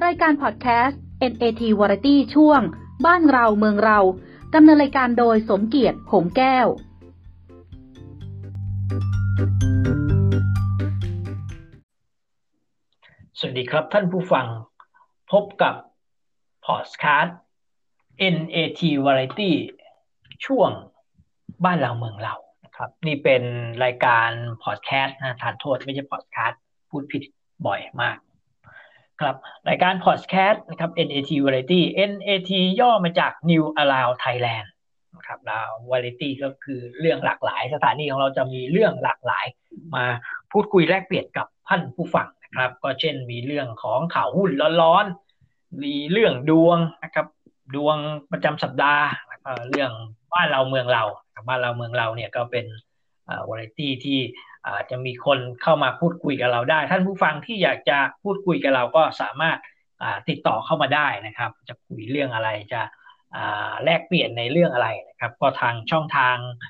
รายการพอดแคสต์ NAT Variety ช่วงบ้านเราเมืองเราดำเนินรายการโดยสมเกียรติหงแก้วสวัสดีครับท่านผู้ฟังพบกับพอดแคสต์ NAT Variety ช่วงบ้านเราเมืองเรานะครับนี่เป็นรายการพอดแคสต์นะทานโทษไม่ใช่พอดแคสต์พูดผิดบ่อยมากครับรายการพอดแคสต์นะครับ NAT Variety NAT ย่อมาจาก New Around Thailand นะครับแล้ว Variety ก็คือเรื่องหลากหลายสถานีของเราจะมีเรื่องหลากหลายมาพูดคุยแลกเปลี่ยนกับท่านผู้ฟังนะครับก็เช่นมีเรื่องของข่าวหุ้นร้อนๆมีเรื่องดวงนะครับดวงประจำสัปดาห์แล้วก็เรื่องบ้านเราเมืองเราบ้านเราเมืองเราเนี่ยก็เป็นวาไรตี้ที่จะมีคนเข้ามาพูดคุยกับเราได้ท่านผู้ฟังที่อยากจะพูดคุยกับเราก็สามารถติดต่อเข้ามาได้นะครับจะคุยเรื่องอะไรจะแลกเปลี่ยนในเรื่องอะไรนะครับก็ทางช่องทาง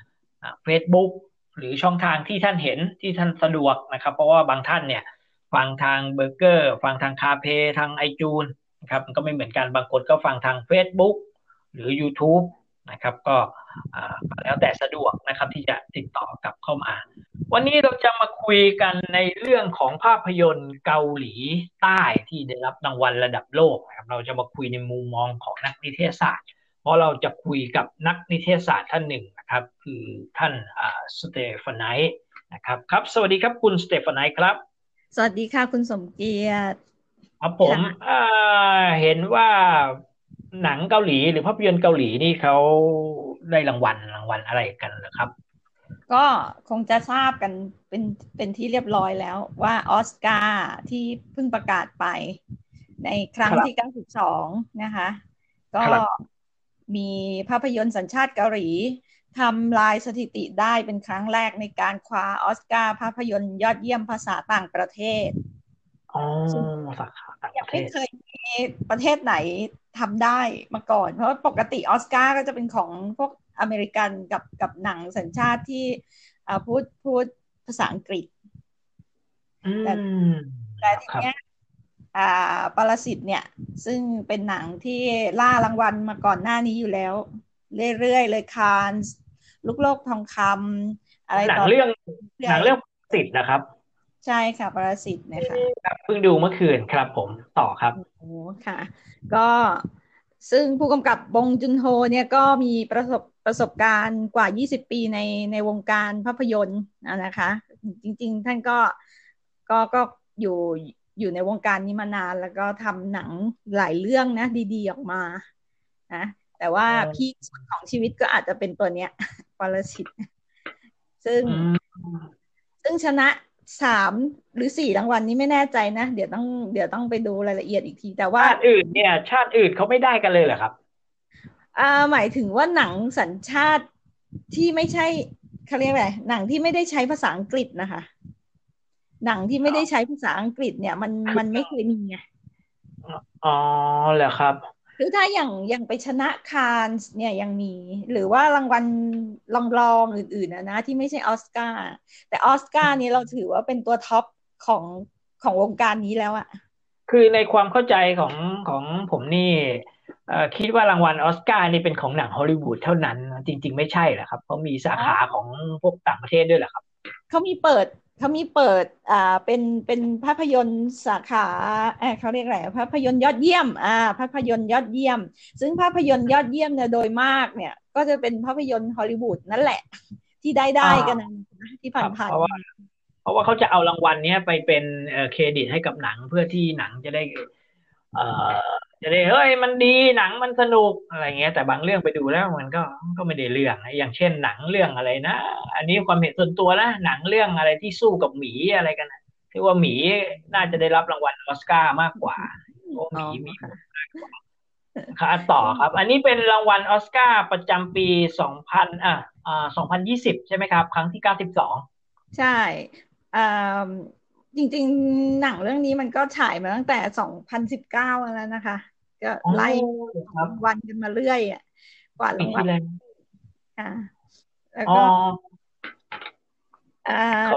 Facebook หรือช่องทางที่ท่านเห็นที่ท่านสะดวกนะครับเพราะว่าบางท่านเนี่ยฟังทางเบอร์เกอร์ฟังทางคาเพทางไอจูนนะครับมันก็ไม่เหมือนกันบางคนก็ฟังทาง Facebook หรือ YouTube นะครับก็แล้วแต่สะดวกนะครับที่จะติดต่อกลับเข้ามาวันนี้เราจะมาคุยกันในเรื่องของภาพยนตร์เกาหลีใต้ที่ได้รับรางวัลระดับโลกนะครับเราจะมาคุยในมุมมองของนักนิเทศศาสตร์เพราะเราจะคุยกับนักนิเทศศาสตร์ท่านหนึ่งนะครับคือท่านสเตฟานไนท์นะครับครับสวัสดีครับคุณสเตฟานไนท์ครับสวัสดีค่ะคุณสมเกียรติครับผมเห็นว่าหนังเกาหลีหรือภาพยนตร์เกาหลีนี่เขาได้รางวัลอะไรกันเหรอครับก็คงจะทราบกันเป็นที่เรียบร้อยแล้วว่าออสการ์ที่เพิ่งประกาศไปในครั้งที่92นะคะก็มีภาพยนตร์สัญชาติเกาหลีทำลายสถิติได้เป็นครั้งแรกในการคว้าออสการ์ภาพยนตร์ยอดเยี่ยมภาษาต่างประเทศสาขาต่างปยังระเทศไม่เคยมีประเทศไหนทำได้มาก่อนเพราะปกติออสการ์ก็จะเป็นของพวกอเมริกันกับหนังสัญชาติที่พูดภาษาอังกฤษแต่ทีเนี้ยปรสิตเนี่ยซึ่งเป็นหนังที่ล่ารางวัลมาก่อนหน้านี้อยู่แล้วเรื่อยๆเลยคานส์ลูกโลกทองคำอะไรหนังเรื่องปรสิตนะครับใช่ค่ะปรสิตนะคะเพิ่งดูเมื่อคืนครับผมต่อครับโอ้ค่ะก็ซึ่งผู้กำกับบงจุนโฮเนี่ยก็มีประสบการณ์กว่า20ปีในวงการภาพยนตร์นะคะจริงๆท่านก็อยู่ในวงการนี้มานานแล้วก็ทำหนังหลายเรื่องนะดีๆออกมานะแต่ว่าพีคสุดของชีวิตก็อาจจะเป็นตัวเนี้ยปรสิตซึ่งชนะ3 หรือ 4รางวัลนี้ไม่แน่ใจนะเดี๋ยวต้องไปดูรายละเอียดอีกทีแต่ว่าชาติอื่นเขาไม่ได้กันเลยเหรอครับหมายถึงว่าหนังสัญชาติที่ไม่ใช่เขาเรียกอะไรหนังที่ไม่ได้ใช้ภาษาอังกฤษนะคะหนังที่ไม่ได้ใช้ภาษาอังกฤษเนี่ยมันไม่เคยมีไงอ๋อเหรอครับคือถ้าอย่างไปชนะคานส์เนี่ยยังมีหรือว่ารางวัลรองอื่นๆนะที่ไม่ใช่ออสการ์แต่ออสการ์นี่เราถือว่าเป็นตัวท็อปของของวงการนี้แล้วอะคือในความเข้าใจของผมนี่คิดว่ารางวัลออสการ์นี่เป็นของหนังฮอลลีวูดเท่านั้นจริงๆไม่ใช่เหรอครับเขามีสาขาของพวกต่างประเทศด้วยเหรอครับเขามีเปิดเป็นภาพยนตร์สาขาเขาเรียกอะไรภาพยนตร์ยอดเยี่ยมภาพยนตร์ยอดเยี่ยมซึ่งภาพยนตร์ยอดเยี่ยมเนี่ยโดยมากเนี่ยก็จะเป็นภาพยนตร์ฮอลลีวูดนั่นแหละที่ได้กันนะที่ผ่านเพราะว่าเขาจะเอารางวัลนี้ไปเป็นเครดิตให้กับหนังเพื่อที่หนังจะได้เอ่อเฮ้ยมันดีหนังมันสนุกอะไรเงี้ยแต่บางเรื่องไปดูแล้วมันก็ไม่ได้เรื่องนะอย่างเช่นหนังเรื่องอะไรนะอันนี้ความเห็นส่วนตัวนะหนังเรื่องอะไรที่สู้กับหมีอะไรกันนะที่ว่าหมีน่าจะได้รับรางวัลออสการ์มากกว่าโอ้หมีมากกว่าครับต่อครับอันนี้เป็นรางวัลออสการ์ประจำปี2020ใช่ไหมครับครั้งที่92 ใช่จริงๆหนังเรื่องนี้มันก็ฉายมาตั้งแต่2019แล้วนะคะก็ไล่รางวัลกันมาเรื่อยกว่ารางวัลแล้วก็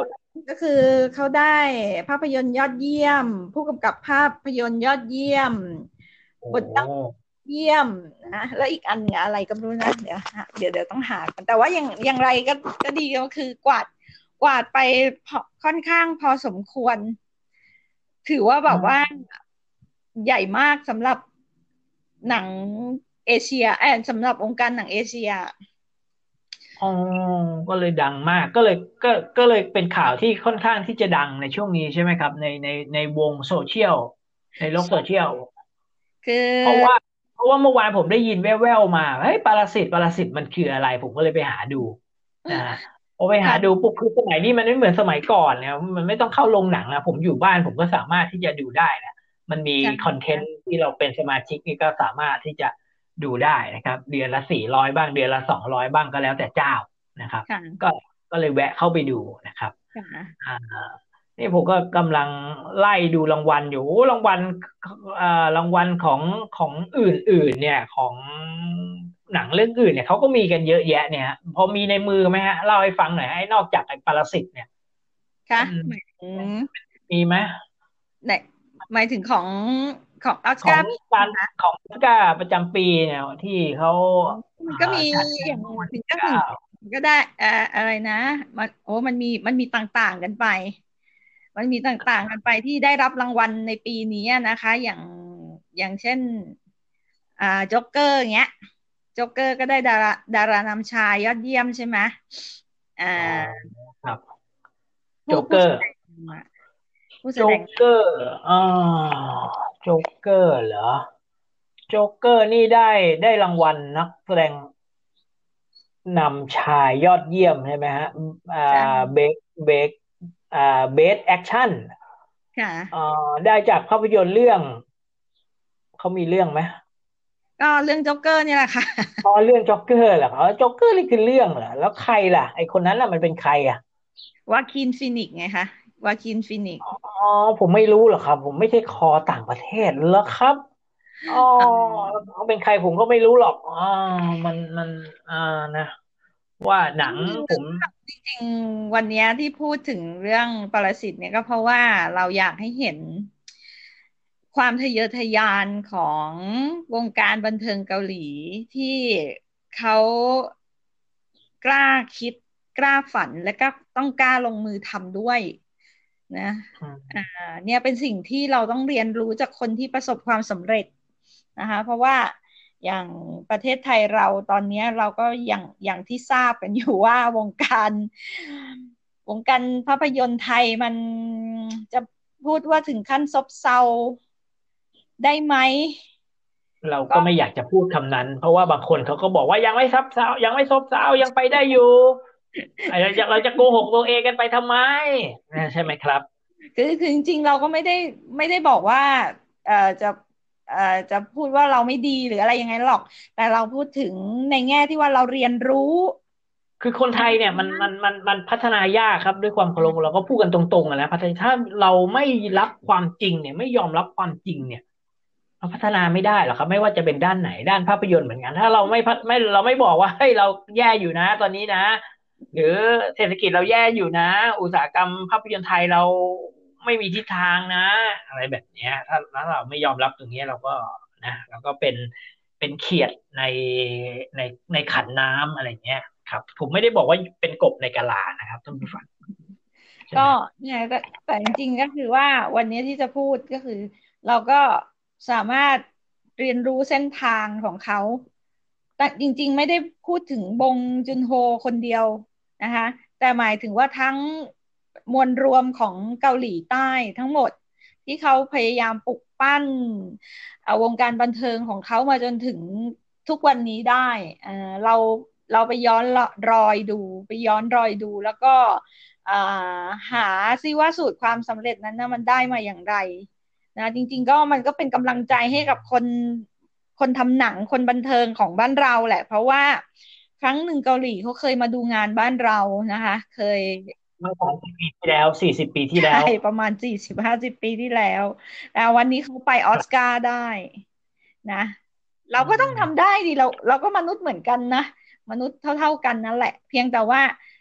ก็คือเขาได้ภาพยนตร์ยอดเยี่ยมผู้กำกับภาพยนตร์ยอดเยี่ยมโอ้บทตั้งเยี่ยมนะแล้วอีกอันเนี่ยอะไรก็ไม่รู้นะเดี๋ยวต้องหากันแต่ว่าอย่างไรก็ดีก็คือกวาดไปค่อนข้างพอสมควรถือว่าแบบว่าใหญ่มากสำหรับหนังเอเชียสำหรับองค์การหนังเอเชียอ๋อก็เลยดังมากก็เลยเป็นข่าวที่ค่อนข้างที่จะดังในช่วงนี้ใช่ไหมครับในวงโซเชียลในโลกโซเชียลคือเพราะว่าเพราะว่าเมื่อวานผมได้ยินแว่วๆมาเฮ้ยปรสิตมันคืออะไรผมก็เลยไปหาดูนะฮะพอไปหาดูค่ะปุ๊บคือสมัยนี้มันไม่เหมือนสมัยก่อนเนี่ยมันไม่ต้องเข้าโรงหนังนะผมอยู่บ้านผมก็สามารถที่จะดูได้นะมันมีใช่คอนเทนต์ที่เราเป็นสมาชิกนี่ก็สามารถที่จะดูได้นะครับเดือนละ400บ้างเดือนละ200บ้างก็แล้วแต่เจ้านะครับก็ค่ะก็เลยแวะเข้าไปดูนะครับค่ะอ่านี่ผมก็กำลังไล่ดูรางวัลอยู่โอ้รางวัลรางวัลของอื่นๆเนี่ยของหนังเรื่องอื่นเนี่ยเขาก็มีกันเยอะแยะเนี่ยฮะพอมีในมือไหมฮะเล่าให้ฟังหน่อยให้นอกจากไอ้ปรสิตเนี่ยค่ะมันหมายถึงมีไหมไหนหมายถึงของออสของการ์มีการนะคะของออสการ์ประจำปีเนี่ยที่เขามันก็มีชัดอย่าง 2 0 หนึ่งก็ 9 หนึ่งก็ได้อะไรนะมันมีต่างๆกันไปมันมีต่างๆกันไปที่ได้รับรางวัลในปีนี้นะคะอย่างเช่นโจ๊กเกอร์เงี้ยโจ๊กเกอร์ก็ได้ดารานำชายยอดเยี่ยมใช่ไหมอ่าอ๋อครับผู้โจ๊กเกอร์ผู้แสดงผู้แสโจ๊ดงกเกอร์โจ๊กเกอร์เหรอโจ๊กเกอร์นี่ได้รางวัลนักแสดงนำชายยอดเยี่ยมใช่ไหมฮะอ่าใช่เบคเบคเบสแอคชั่นค่ะได้จากภาพยนตร์เรื่องเขามีเรื่องไหมก็เรื่องโจ๊กเกอร์นี่แหละค่ะอ๋อเรื่องโจ๊กเกอร์เหรออ๋อโจ๊กเกอร์นี่คือเรื่องเหรอแล้วใครล่ะไอคนนั้นล่ะมันเป็นใครอ่ะวาคินฟินิกซ์ไงคะวาคินฟินิกซ์อ๋อผมไม่รู้หรอกครับผมไม่ใช่คอต่างประเทศเหรอครับ อ๋ออ่าเขาเป็นใครผมก็ไม่รู้หรอกมันอ่านะว่าหนังผมจริงๆวันเนี้ยที่พูดถึงเรื่องปรสิตเนี่ยก็เพราะว่าเราอยากให้เห็นความทะเยอทะยานของวงการบันเทิงเกาหลีที่เขากล้าคิดกล้าฝันและก็ต้องกล้าลงมือทำด้วยนะอือ่ามเนี่ยเป็นสิ่งที่เราต้องเรียนรู้จากคนที่ประสบความสำเร็จนะคะเพราะว่าอย่างประเทศไทยเราตอนนี้เราก็อย่างที่ทราบกันอยู่ว่าวงการภาพยนตร์ไทยมันจะพูดว่าถึงขั้นซบเซาได้ไหมเราก็ก็ไม่อยากจะพูดคำนั้นเพราะว่าบางคนเขาก็บอกว่ายังไม่ซับซ้อนยังไม่ซบเซายังไปได้อยู่เราจะโกหกตัวเองกันไปทำไมนะใช่ไหมครับคือจริงๆเราก็ไม่ได้บอกว่าเอ่อจะเอ่อจะพูดว่าเราไม่ดีหรืออะไรยังไงหรอกแต่เราพูดถึงในแง่ที่ว่าเราเรียนรู้คือคนไทยเนี่ยมันพัฒนายากครับด้วยความเคารพเราก็พูดกันตรงๆอะนะพัฒนาถ้าเราไม่รับความจริงเนี่ยไม่ยอมรับความจริงเนี่ย เราพัฒนาไม่ได้หรอกครับไม่ว่าจะเป็นด้านไหนด้านภาพยนตร์เหมือนกันถ้าเราไม่บอกว่าเฮ้ยเราแย่อยู่นะตอนนี้นะหรือเศรษฐกิจเราแย่อยู่นะอุตสาหกรรมภาพยนตร์ไทยเราไม่มีทิศทางนะอะไรแบบเนี้ยถ้าเราไม่ยอมรับตรงนี้เราก็นะเราก็เป็นเขียดในในขันน้ำอะไรเงี้ยครับผมไม่ได้บอกว่าเป็นกบในกะลานะครับท่านผู้ฟังใช่ก็ไหมเนี่ยแต่จริงๆก็คือว่าวันนี้ที่จะพูดก็คือเราก็สามารถเรียนรู้เส้นทางของเขาแต่จริงๆไม่ได้พูดถึงบงจุนโฮคนเดียวนะคะแต่หมายถึงว่าทั้งมวลรวมของเกาหลีใต้ทั้งหมดที่เขาพยายามปลุกปั้นวงการบันเทิงของเขามาจนถึงทุกวันนี้ได้เอ่อเราเราไปย้อนรอยดูไปย้อนรอยดูแล้วก็ อ่าหาซิว่าสูตรความสำเร็จนั้นนะมันได้มาอย่างไรนะจริงๆก็มันก็เป็นกำลังใจให้กับคนทำหนังคนบันเทิงของบ้านเราแหละเพราะว่าครั้งหนึ่งเกาหลีเขาเคยมาดูงานบ้านเรานะคะเคยเมื่อ30 ปีที่แล้ว40 ปีที่ใช่แล้วประมาณ40-50 ปีที่แล้วแต่วันนี้เขาไปออสการ์ได้นะเราอืก็ต้องทำได้มดิเราก็มนุษย์เหมือนกันนะมนุษย์เท่ากันนั่นแหละเพียงแต่ว่า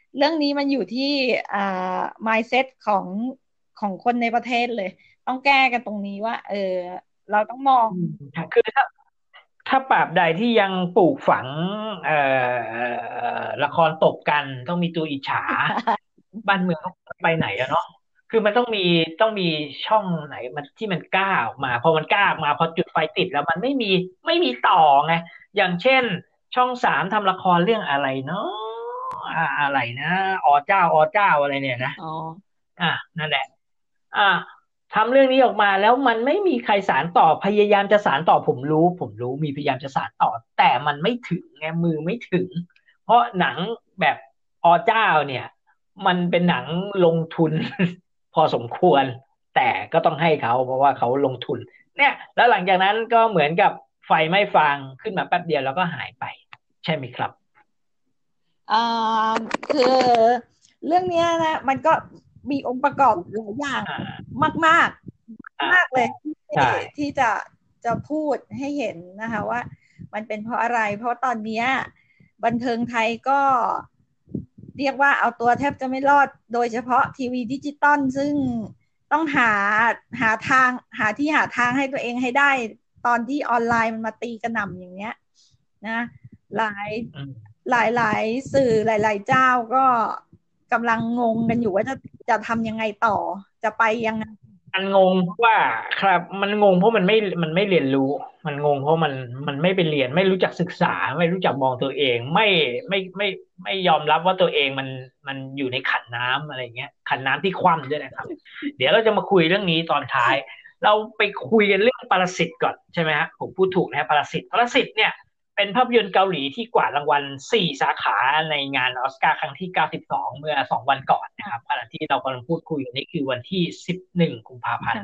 เรื่องนี้มันอยู่ที่mindset ของคนในประเทศเลยต้องแก้กันตรงนี้ว่าเราต้องมองคือถ้าปราบใดที่ยังปลูกฝังเอ่ละครตบกันต้องมีตัวอิจฉาบ้านเมืองต้องไปไหนอะเนาะคือมันต้องมีช่องไหนมันที่มันกล้าออกมาพอมันกล้าออกมาพอจุดไฟติดแล้วมันไม่มีต่อไงอย่างเช่นช่อง 3ทำละครเรื่องอะไรเนาะอะไรนะอเจ้าอะไรเนี่ยนะอ๋ออ่ะนั่นแหละอ่ะทำเรื่องนี้ออกมาแล้วมันไม่มีใครสานต่อพยายามจะสานต่อผมรู้มีพยายามจะสานต่อแต่มันไม่ถึงไงมือไม่ถึงเพราะหนังแบบเจ้าเนี่ยมันเป็นหนังลงทุนพอสมควรแต่ก็ต้องให้เขาเพราะว่าเขาลงทุนเนี่ยแล้วหลังจากนั้นก็เหมือนกับไฟไม่ฟางขึ้นมาแป๊บเดียวแล้วก็หายไปใช่ไหมครับอ่าคือเรื่องเนี้ยนะมันก็มีองค์ประกอบหลายอย่างอ่ามากอ่าๆมากเลยใช่ที่จะพูดให้เห็นนะคะว่ามันเป็นเพราะอะไรเพราะตอนเนี้ยบันเทิงไทยก็เรียกว่าเอาตัวแทบจะไม่รอดโดยเฉพาะทีวีดิจิตอลซึ่งต้องหาทางหาทางให้ตัวเองให้ได้ตอนที่ออนไลน์มันมาตีกระหน่ำอย่างเนี้ยนะหลายอืมหลายสื่อหลายๆเจ้าก็กำลังงงกันอยู่ว่าจะทำยังไงต่อจะไปยังไงมันงงเพราะว่าครับมันงงเพราะมันไม่เรียนรู้มันงงเพราะมันไม่ไปเรียนไม่รู้จักศึกษาไม่รู้จักมองตัวเองไม่ยอมรับว่าตัวเองมันอยู่ในขันน้ำอะไรเงี้ยขันน้ำที่คว่ำด้วยนะครับเดี๋ยวเราจะมาคุยเรื่องนี้ตอนท้ายเราไปคุยกันเรื่องปรสิตก่อนใช่ไหมฮะผมพูดถูกนะปรสิตเนี่ยเป็นภาพยนตร์เกาหลีที่กวาดรางวัล4 สาขาในงานออสการ์ครั้งที่92เมื่อ2 วันก่อนนะครับขณะที่เรากำลังพูดคุยกันนี่คือวันที่11 กุมภาพันธ์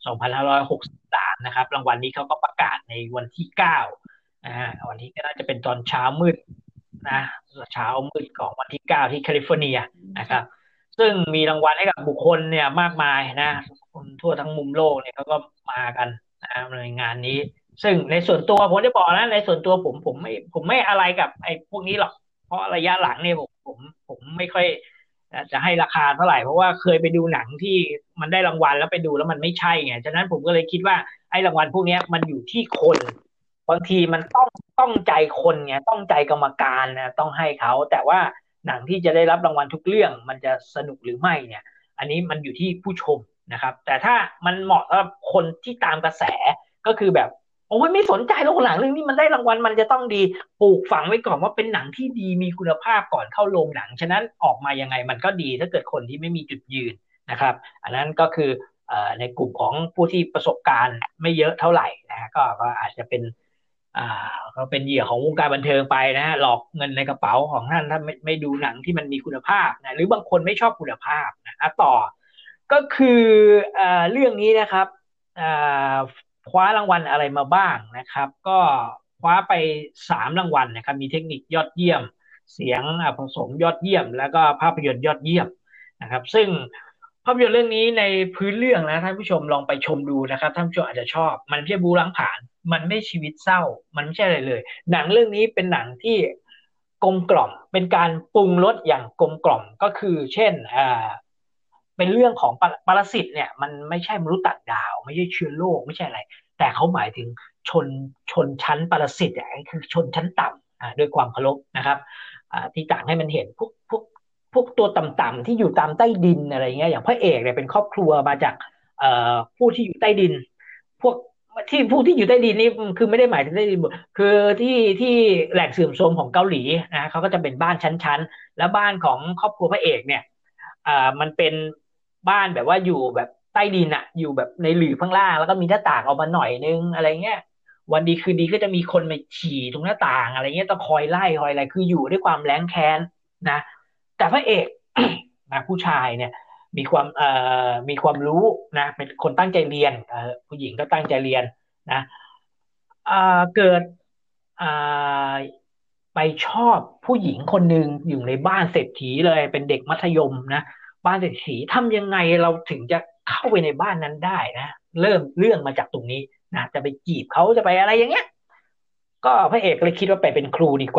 2563นะครับรางวัลนี้เขาก็ประกาศในวันที่9วันที่ก็น่าจะเป็นตอนเช้ามืดนะเช้ามืดของวันที่9ที่แคลิฟอร์เนียนะครับซึ่งมีรางวัลให้กับบุคคลเนี่ยมากมายนะคนทั่วทั้งมุมโลกเนี่ยเขาก็มากันนะในงานนี้ ซึ่งในส่วนตัวผมจะบอกนะในส่วนตัวผมไม่อะไรกับไอ้พวกนี้หรอกเพราะระยะหลังเนี่ยผมไม่ค่อยจะให้ราคาเท่าไหร่เพราะว่าเคยไปดูหนังที่มันได้รางวัลแล้วไปดูแล้วมันไม่ใช่ไงฉะนั้นผมก็เลยคิดว่าไอ้รางวัลพวกนี้มันอยู่ที่คนบางทีมันต้องใจคนไงต้องใจกรรมการนะต้องให้เขาแต่ว่าหนังที่จะได้รับรางวัลทุกเรื่องมันจะสนุกหรือไม่เนี่ยอันนี้มันอยู่ที่ผู้ชมนะครับแต่ถ้ามันเหมาะสำหรับคนที่ตามกระแสก็คือแบบ โอ้ยไม่สนใจแล้วหนังเรื่องนี้มันได้รางวัลมันจะต้องดีปลูกฝังไว้ก่อนว่าเป็นหนังที่ดีมีคุณภาพก่อนเข้าโรงหนังฉะนั้นออกมายังไงมันก็ดีถ้าเกิดคนที่ไม่มีจุดยืนนะครับอันนั้นก็คือในกลุ่มของผู้ที่ประสบการณ์ไม่เยอะเท่าไหร่นะฮะก็อาจจะเป็นอ่ก็เป็นเหยื่อของวงการบันเทิงไปนะฮะหลอกเงินในกระเป๋าของท่านถ้าไม่ดูหนังที่มันมีคุณภาพนะหรือบางคนไม่ชอบคุณภาพนะต่อก็คือเรื่องนี้นะครับ อ่าคว้ารางวัลอะไรมาบ้างนะครับก็คว้าไป3 รางวัลนะครับมีเทคนิคยอดเยี่ยมเสียงผสมยอดเยี่ยมแล้วก็ภาพยนตร์ยอดเยี่ยมนะครับซึ่งภาพยนตร์เรื่องนี้ในพื้นเรื่องนะท่านผู้ชมลองไปชมดูนะครับท่านผู้ชมอาจจะชอบมันไม่ใช่บู๊ล้างผลาญมันไม่ชีวิตเศร้ามันไม่ใช่อะไรเลยหนังเรื่องนี้เป็นหนังที่กลมกล่อมเป็นการปรุงรสอย่างกลมกล่อมก็คือเช่นเป็นเรื่องของปรสิตเนี่ยมันไม่ใช่มนุษย์ต่างดาวไม่ใช่เชื้อโรคไม่ใช่อะไรแต่เขาหมายถึงชนชนชั้นปรสิตอ่ะคือชนชั้นต่ำด้วยความเคารพนะครับที่ต่างให้มันเห็นพวกตัวต่ำๆที่อยู่ตามใต้ดินอะไรเงี้ยอย่างพระเอกเนี่ยเป็นครอบครัวมาจากผู้ที่อยู่ใต้ดินพวกผู้ที่อยู่ใต้ดินนี่คือไม่ได้หมายถึงใต้ดินคือที่แหล่งเสื่อมโทรมของเกาหลีนะเขาก็จะเป็นบ้านชั้นๆแล้วบ้านของครอบครัวพระเอกเนี่ยมันเป็นบ้านแบบว่าอยู่แบบใต้ดินอะอยู่แบบในหลืบข้างล่างแล้วก็มีหน้าต่างออกมาหน่อยนึงอะไรเงี้ยวันดีคืนดีก็จะมีคนมาฉี่ตรงหน้าต่างอะไรเงี้ยต้องคอยไล่คอยอะไรคืออยู่ด้วยความแร้นแค้นนะแต่พระเอกนะผู้ชายเนี่ยมีความรู้นะเป็นคนตั้งใจเรียนผู้หญิงก็ตั้งใจเรียนนะเกิดอ่าไปชอบผู้หญิงคนหนึ่งอยู่ในบ้านเศรษฐีเลยเป็นเด็กมัธยมนะบ้านเศรษฐีทำยังไงเราถึงจะเข้าไปในบ้านนั้นได้นะเริ่มเรื่องมาจากตรงนี้นะจะไปจีบเขาจะไปอะไรอย่างเงี้ยก็พระเอกเลยคิดว่าไปเป็นครูดีกว่า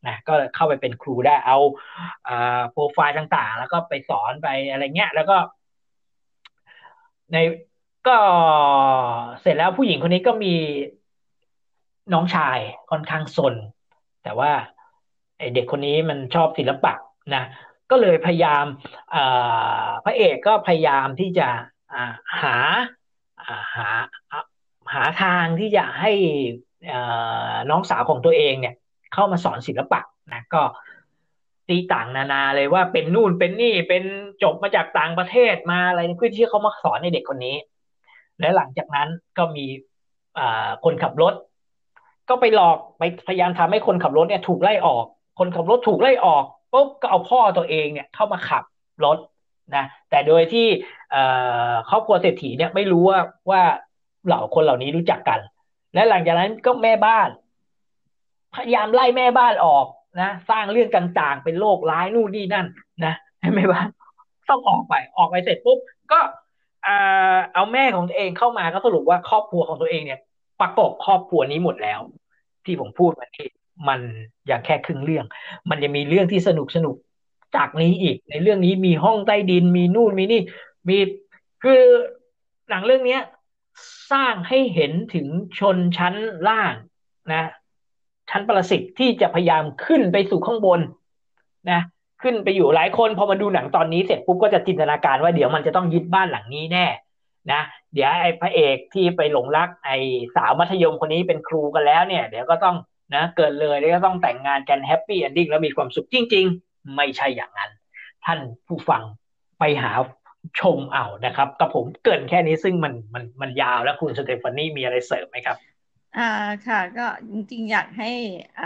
นะก็เข้าไปเป็นครูได้เอาโปรไฟล์ต่างๆแล้วก็ไปสอนไปอะไรเงี้ยแล้วก็ในก็เสร็จแล้วผู้หญิงคนนี้ก็มีน้องชายค่อนข้างซนแต่ว่าไอเด็กคนนี้มันชอบศิลปะนะก็เลยพยายามเอ่อพระเอกก็พยายามที่จะอ่าหาอ่าหาหาทางที่จะให้เอ่น้องสาวของตัวเองเนี่ยเข้ามาสอนศิลปะนะก็ตีต่างนานาเลยว่าเป็นนู่นเป็นนี่เป็นจบมาจากต่างประเทศมาอะไรเพื่อที่เขามาสอนในเด็กคนนี้และหลังจากนั้นก็มีคนขับรถก็ไปหลอกไปพยายามทำให้คนขับรถเนี่ยถูกไล่ออกคนขับรถถูกไล่ออกปุ๊บก็เอาพ่อตัวเองเนี่ยเข้ามาขับรถนะแต่โดยที่เอ่ครอบครัวเศรษฐีเนี่ยไม่รู้ว่าเหล่าคนเหล่านี้รู้จักกันและหลังจากนั้นก็แม่บ้านพยายามไล่แม่บ้านออกนะสร้างเรื่องต่างๆเป็นโรคร้ายนู่นนี่นั่นนะให้แม่บ้านต้องออกไปเสร็จปุ๊บก็เอ่อเอาแม่ของตัวเองเข้ามาก็สรุปว่าครอบครัวของตัวเองเนี่ยประกอบครอบครัวนี้หมดแล้วที่ผมพูดมานี่มันอย่างแค่ครึ่งเรื่องมันยังมีเรื่องที่สนุกจากนี้อีกในเรื่องนี้มีห้องใต้ดินมีนู่นมีนี่มีคือหนังเรื่องเนี้ยสร้างให้เห็นถึงชนชั้นล่างนะชั้นปรสิตที่จะพยายามขึ้นไปสู่ข้างบนนะขึ้นไปอยู่หลายคนพอมาดูหนังตอนนี้เสร็จปุ๊บก็จะจินตนาการว่าเดี๋ยวมันจะต้องยึดบ้านหลังนี้แน่นะเดี๋ยวไอ้พระเอกที่ไปหลงรักไอ้สาวมัธยมคนนี้เป็นครูกันแล้วเนี่ยเดี๋ยวก็ต้องนะเกิดเลยแล้วก็ต้องแต่งงานกันแฮปปี้เอนดิ้งแล้วมีความสุขจริงๆไม่ใช่อย่างนั้นท่านผู้ฟังไปหาชมเอานะครับกับผมเกริ่นแค่นี้ซึ่งมันยาวแล้วคุณสเตฟานี่มีอะไรเสริมไหมครับอ่าค่ะก็จริงๆอยากให้อ่า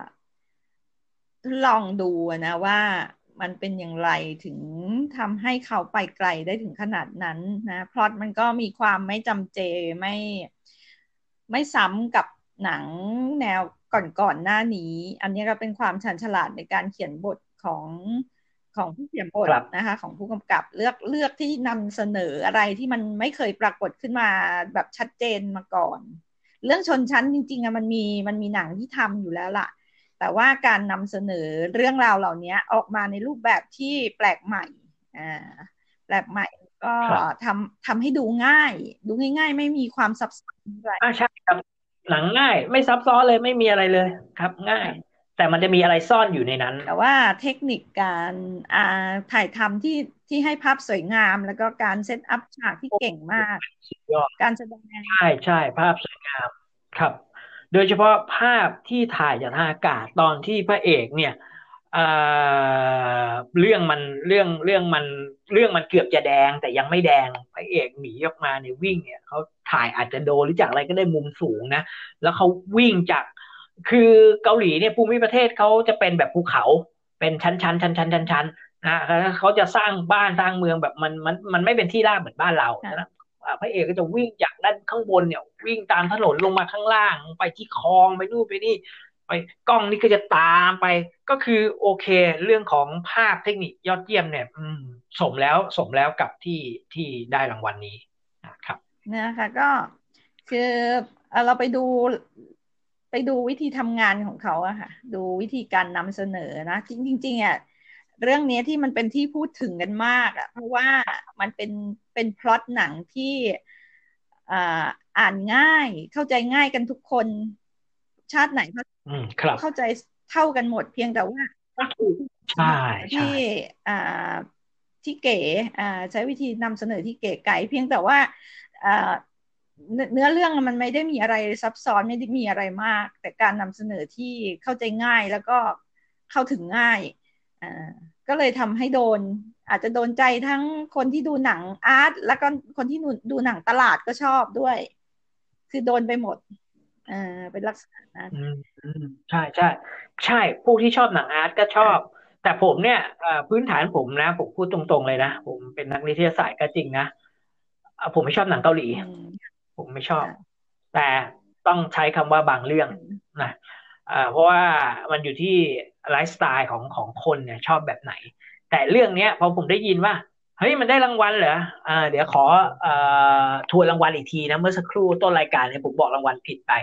ลองดูนะว่ามันเป็นอย่างไรถึงทำให้เขาไปไกลได้ถึงขนาดนั้นนะพล็อตมันก็มีความไม่จำเจไม่ไม่ซ้ำกับหนังแนวก่อนๆหน้านี้อันนี้ก็เป็นความชาญฉลาดในการเขียนบทของผู้เขียนบทครับนะคะของผู้กำกับเลือกที่นำเสนออะไรที่มันไม่เคยปรากฏขึ้นมาแบบชัดเจนมาก่อนเรื่องชนชั้นจริงๆอะมันมีหนังที่ทำอยู่แล้วล่ะ แต่ว่าการนำเสนอเรื่องราวเหล่านี้ออกมาในรูปแบบที่แปลกใหม่อ่าแปลกใหม่ก็ครับทำให้ดูง่ายดูง่ายๆไม่มีความซับซ้อนอะไรใช่ครับหนังง่ายไม่ซับซ้อนเลยไม่มีอะไรเลยครับง่ายแต่มันจะมีอะไรซ่อนอยู่ในนั้นแต่ว่าเทคนิคการถ่ายทำที่ให้ภาพสวยงามแล้วก็การเซตอัพฉากที่เก่งมากสุดยอดการแสดงใช่ภาพสวยงามครับโดยเฉพาะภาพที่ถ่ายจากทางอากาศตอนที่พระเอกเนี่ยเอ่เรื่องมันเรื่องมันเกือบจะแดงแต่ยังไม่แดงพระเอกหนีออกมาเนี่ยวิ่งเนี่ยเขาถ่ายอาจจะโดนหรือจากอะไรก็ได้มุมสูงนะแล้วเขาวิ่งจากคือเกาหลีเนี่ยภูมิประเทศเขาจะเป็นแบบภูเขาเป็นชั้นนะแล้วเขาจะสร้างบ้านสร้างเมืองแบบมันไม่เป็นที่ราบเหมือนบ้านเรานะค่ะพระเอกก็จะวิ่งจากด้านข้างบนเนี่ยวิ่งตามถนนลงมาข้างล่างไปที่คลองไปนู่นไปนี่ไปกล้องนี่ก็จะตามไปก็คือโอเคเรื่องของภาพเทคนิคยอดเยี่ยมเนี่ยสมแล้วกับที่ได้รางวัลนี้นะครับนะคะก็คือเราไปดูวิธีทำงานของเขาอะค่ะดูวิธีการนำเสนอนะจริงๆอะเรื่องนี้ที่มันเป็นที่พูดถึงกันมากอะเพราะว่ามันเป็นพล็อตหนังที่อ่าอ่านง่ายเข้าใจง่ายกันทุกคนชาติไหนก็ครับเข้าใจเท่ากันหมดเพียงแต่ว่าใช่ที่ใช่อ่าที่เก๋ใช้วิธีนำเสนอที่เก๋ไก๋เพียงแต่ว่าอ่าเนื้อเรื่องมันไม่ได้มีอะไรซับซ้อนไม่ได้มีอะไรมากแต่การนำเสนอที่เข้าใจง่ายแล้วก็เข้าถึงง่ายอ่าก็เลยทำให้อาจจะโดนใจทั้งคนที่ดูหนังอาร์ตแล้วก็คนที่ดูหนังตลาดก็ชอบด้วยคือโดนไปหมดอ่าเป็นลักษณะนั้นอืมอืมใช่ผู้ที่ชอบหนังอาร์ตก็ชอบแต่ผมเนี่ยพื้นฐานผมนะผมพูดตรงๆเลยนะผมเป็นนักนิเทศศาสตร์ก็จริงนะผมไม่ชอบหนังเกาหลีอืมผมไม่ชอบค่ะแต่ต้องใช้คำว่าบางเรื่องอืมนะเพราะว่ามันอยู่ที่ไลฟ์สไตล์ของคนเนี่ยชอบแบบไหนแต่เรื่องเนี้ยพอผมได้ยินว่าเฮ้ยมันได้รางวัลเหรอเดี๋ยวขอทวนรางวัลอีกทีนะเมื่อสักครู่ต้นรายการเนี่ยผมบอกรางวัลผิดไป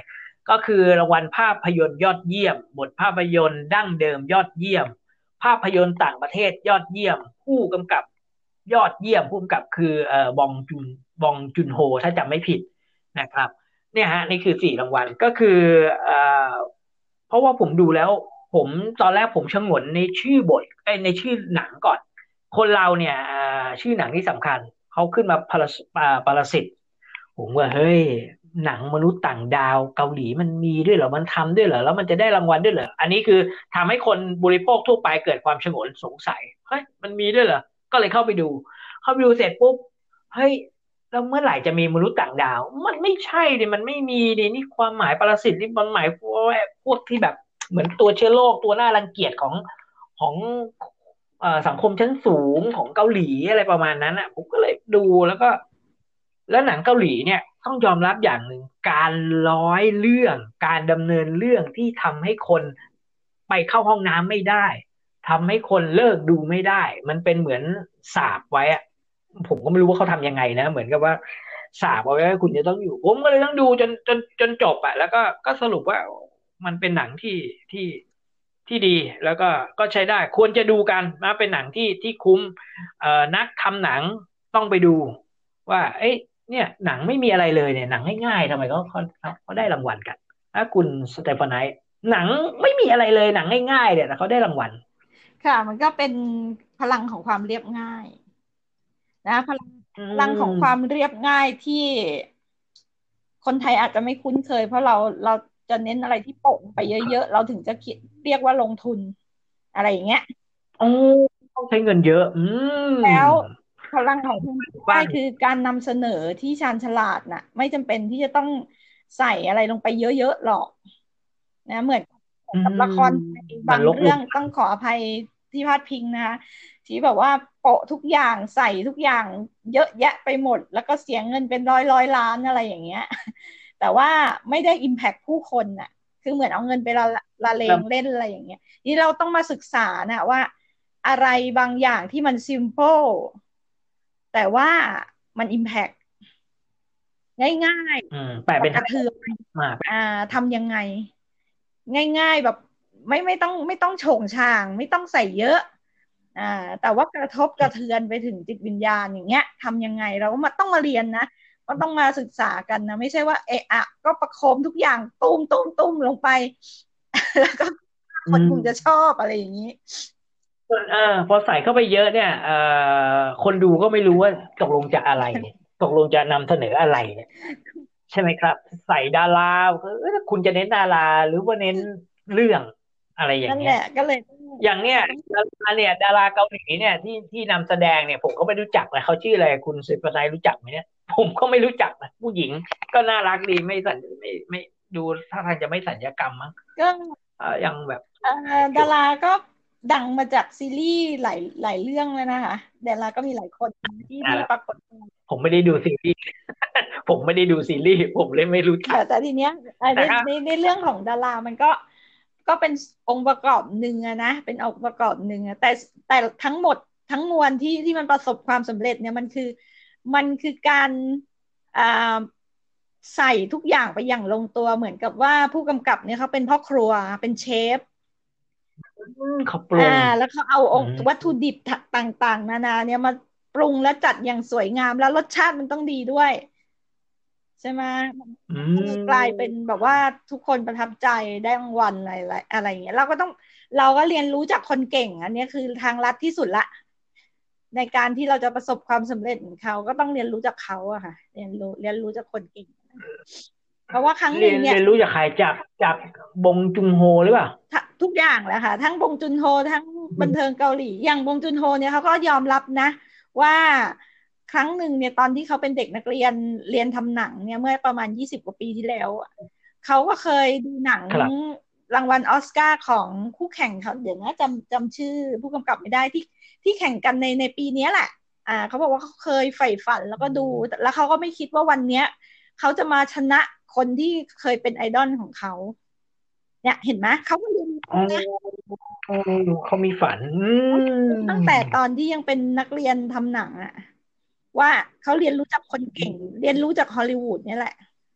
ก็คือรางวัลภาพยนตร์ยอดเยี่ยมบทภาพยนตร์ดั้งเดิมยอดเยี่ยมภาพยนตร์ต่างประเทศยอดเยี่ยมผู้กำกับยอดเยี่ยมผู้กำกับคือบองจุนโฮถ้าจำไม่ผิดนะครับเนี่ยฮะนี่คือ4 รางวัลก็คือเอ่อเพราะว่าผมดูแล้วผมตอนแรกผมชงนในชื่อบทในชื่อหนังก่อนคนเราเนี่ยชื่อหนังที่สำคัญเขาขึ้นมาปรสิต ผมว่าเฮ้ยหนังมนุษย์ต่างดาวเกาหลีมันมีด้วยเหรอมันทำด้วยเหรอแล้วมันจะได้รางวัลด้วยเหรออันนี้คือทำให้คนบริโภคทั่วไปเกิดความฉงนสงสัยเฮ้ยมันมีด้วยเหรอก็เลยเข้าไปดูเสร็จปุ๊บเฮ้ยแล้วเมื่อไหร่จะมีมนุษย์ต่างดาวมันไม่ใช่ดิมันไม่มีดินี่ความหมายปรสิตนี่มันหมายพวกที่แบบเหมือนตัวเชื้อโรคตัวน่ารังเกียจของสังคมชั้นสูงของเกาหลีอะไรประมาณนั้นอ่ะผมก็เลยดูแล้วหนังเกาหลีเนี่ยต้องยอมรับอย่างหนึ่งการร้อยเรื่องการดำเนินเรื่องที่ทำให้คนไปเข้าห้องน้ำไม่ได้ทำให้คนเลิกดูไม่ได้มันเป็นเหมือนสาปไว้อะผมก็ไม่รู้ว่าเขาทำยังไงนะเหมือนกับว่าสาปเอาไว้ว่าคุณจะต้องอยู่ผมก็เลยต้องดูจนจบอะแล้วก็สรุปว่ามันเป็นหนังที่ที่ดีแล้วก็ใช้ได้ควรจะดูกันนะเป็นหนังที่คุ้มนักทำหนังต้องไปดูว่าเอ้ยเนี่ยหนังไม่มีอะไรเลยเนี่ยหนังง่ายๆทำไมเขาได้รางวัลกันถ้าคุณสเตฟานไนท์หนังไม่มีอะไรเลยหนังง่ายๆเนี่ยแต่เขาได้รางวัลค่ะมันก็เป็นพลังของความเรียบง่ายนะอืพลังของความมเรียบง่ายที่คนไทยอาจจะไม่คุ้นเคยเพราะเราจะเน้นอะไรที่โปะไปเยอะๆเราถึงจะคิดเรียกว่าลงทุนอะไรอย่างเงี้ยโอ้ต้องใช้เงินเยอะแล้วพลังของความเรียบง่ายบ้านคือการนำเสนอที่ชาญฉลาดน่ะไม่จำเป็นที่จะต้องใส่อะไรลงไปเยอะๆหรอกนะเหมือนอืกับละครไทยมมันบางเรื่องลกหลุมต้องขออภัยที่พลาดพิงนะคะที่แบบว่าโปะทุกอย่างใส่ทุกอย่างเยอะแยะไปหมดแล้วก็เสียเงินเป็นร้อยล้านอะไรอย่างเงี้ยแต่ว่าไม่ได้อิมแพคผู้คนน่ะคือเหมือนเอาเงินไปละเลแล้วงเล่นอะไรอย่างเงี้ยนี่เราต้องมาศึกษานะว่าอะไรบางอย่างที่มันซิม p ป e แต่ว่ามันอิมแพคง่ายแปลๆกับเป็นไทยกระเทือนมาอ่าทำยังไงง่ายๆแบบไม่ต้องโฉงฉางไม่ต้องใส่เยอะอ่าแต่ว่ากระทบกระเทือนไปถึงจิตวิญญาณอย่างเงี้ยทำยังไงเราก็มาต้องมาเรียนนะก็ต้องมาศึกษากันนะไม่ใช่ว่าเอะอะก็ประโคมทุกอย่างตุ้มลงไปแล้วก็อืคนคงจะชมอบอะไรอย่างนี้เออพอใส่เข้าไปเยอะเนี่ยคนดูก็ไม่รู้ว่าตกลงจะอะไรเนี่ยตกลงจะนำเสนออะไรเนี่ย ใช่ไหมครับใส่ดาราคุณจะเน้นดาราหรือว่าเน้นเรื่องอะไรอย่างเงี้ยนั่นแหละก็เลยอย่างเนี้ยดาราเกาหลีเนี่ยที่นำแสดงเนี่ยผมก็ไม่รู้จักนะเขาชื่ออะไรคุณสุภนัยรู้จักไหมเนี่ยผมก็ไม่รู้จักนะผู้หญิงก็น่ารักดีไม่ดูท่าทางจะไม่สัญญกรรมมั้งก็ยังแบบดาผิวราก็ดังมาจากซีรีส์หลายเรื่องเลยนะคะดาราก็มีหลายคนที่แล้วปรากฏผมไม่ได้ดูซีรีส์ผมไม่ได้ดูซีรีส์ผมเลยไม่รู้จักแต่ทีเนี้ยในแต่ถ้าในเรื่องของดารามันก็เป็นองค์ประกอบหนึ่งอะนะเป็นองค์ประกอบหนึ่งอะแต่ทั้งหมดทั้งมวลที่มันประสบความสำเร็จเนี่ยมันคือการอ่าใส่ทุกอย่างไปอย่างลงตัวเหมือนกับว่าผู้กำกับเนี่ยเขาเป็นพ่อครัวเป็นเชฟเขาปอ่ารุงแล้วเขาเอาอืองค์วัตมถุดิบต่างๆนานาเนี่ยมาปรุงและจัดอย่างสวยงามแล้วรสชาติมันต้องดีด้วยใช่ไหมมันอืก็เลยกลายเป็นมแบบว่าทุกคนประทับใจได้รางวัลอะไรอย่างเงี้ยเราก็เรียนรู้จากคนเก่งอันนี้คือทางลัดที่สุดละในการที่เราจะประสบความสำเร็จเหมือนเขาก็ต้องเรียนรู้จากเขาอะค่ะเรียนรู้จากคนเก่งเพราะว่าครั้งหเรีนึ่งเนี่ยยนเรียนรู้จากใครจากบงจุนโฮหรือเปล่าทุกอย่างแหละค่ะทั้งบงจุนโฮทั้งบันเทิงเกาหลีอย่างบงจุนโฮเนี่ยเขาก็ยอมรับนะว่าครั้งหนึ่งเนี่ยตอนที่เขาเป็นเด็กนักเรียนเรียนทำหนังเนี่ยเมื่อประมาณ20 กว่าปีที่แล้วอะเขาก็เคยดูหนังครับรางวัลออสการ์ของคู่แข่งเขาเดี๋ยวนะจำชื่อผู้กำกับไม่ได้ที่แข่งกันในปีนี้แหละเขาบอกว่าเขาเคยใฝ่ฝันแล้วก็ดูแล้วเขาก็ไม่คิดว่าวันเนี้ยเขาจะมาชนะคนที่เคยเป็นไอดอลของเขาเนี่ยเห็นไหมเขาก็เรียนอ๋อรู้นะเขามีฝันตั้งแต่ตอนที่ยังเป็นนักเรียนทำหนังอะว่าเขาเรียนรู้จากคนเก่งเรียนรู้จากฮอลลีวูดเนี่ยแหละ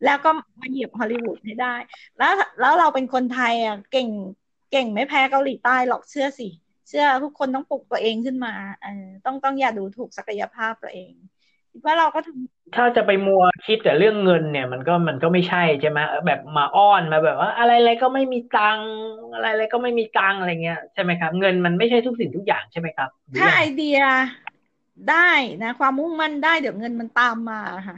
แล้วก็มาเหยียบฮอลลีวูดให้ได้ แล้วแล้วเราเป็นคนไทยอ่ะเก่งไม่แพ้เกาหลีใต้หรอกเชื่อสิเชื่อทุกคนต้องปลุกตัวเองขึ้นมาต้องอย่าดูถูกศักยภาพตัวเองคิดว่าเราก็ทถ้าจะไปมัวคิดแต่เรื่องเงินเนี่ยมันก็ไม่ใช่ใช่ไหมแบบมาอ้อนมาแบบว่าอะไรก็ไม่มีตังค์อะไรก็ไม่มีตังค์อะไรเงี้ยใช่ไหมครับเงินมันไม่ใช่ทุกสิ่งทุกอย่างใช่ไหมครับหำถ้ารือยังไอเดียได้นะความมุ่งมั่นได้เดี๋ยวเงินมันตามมาค่ะ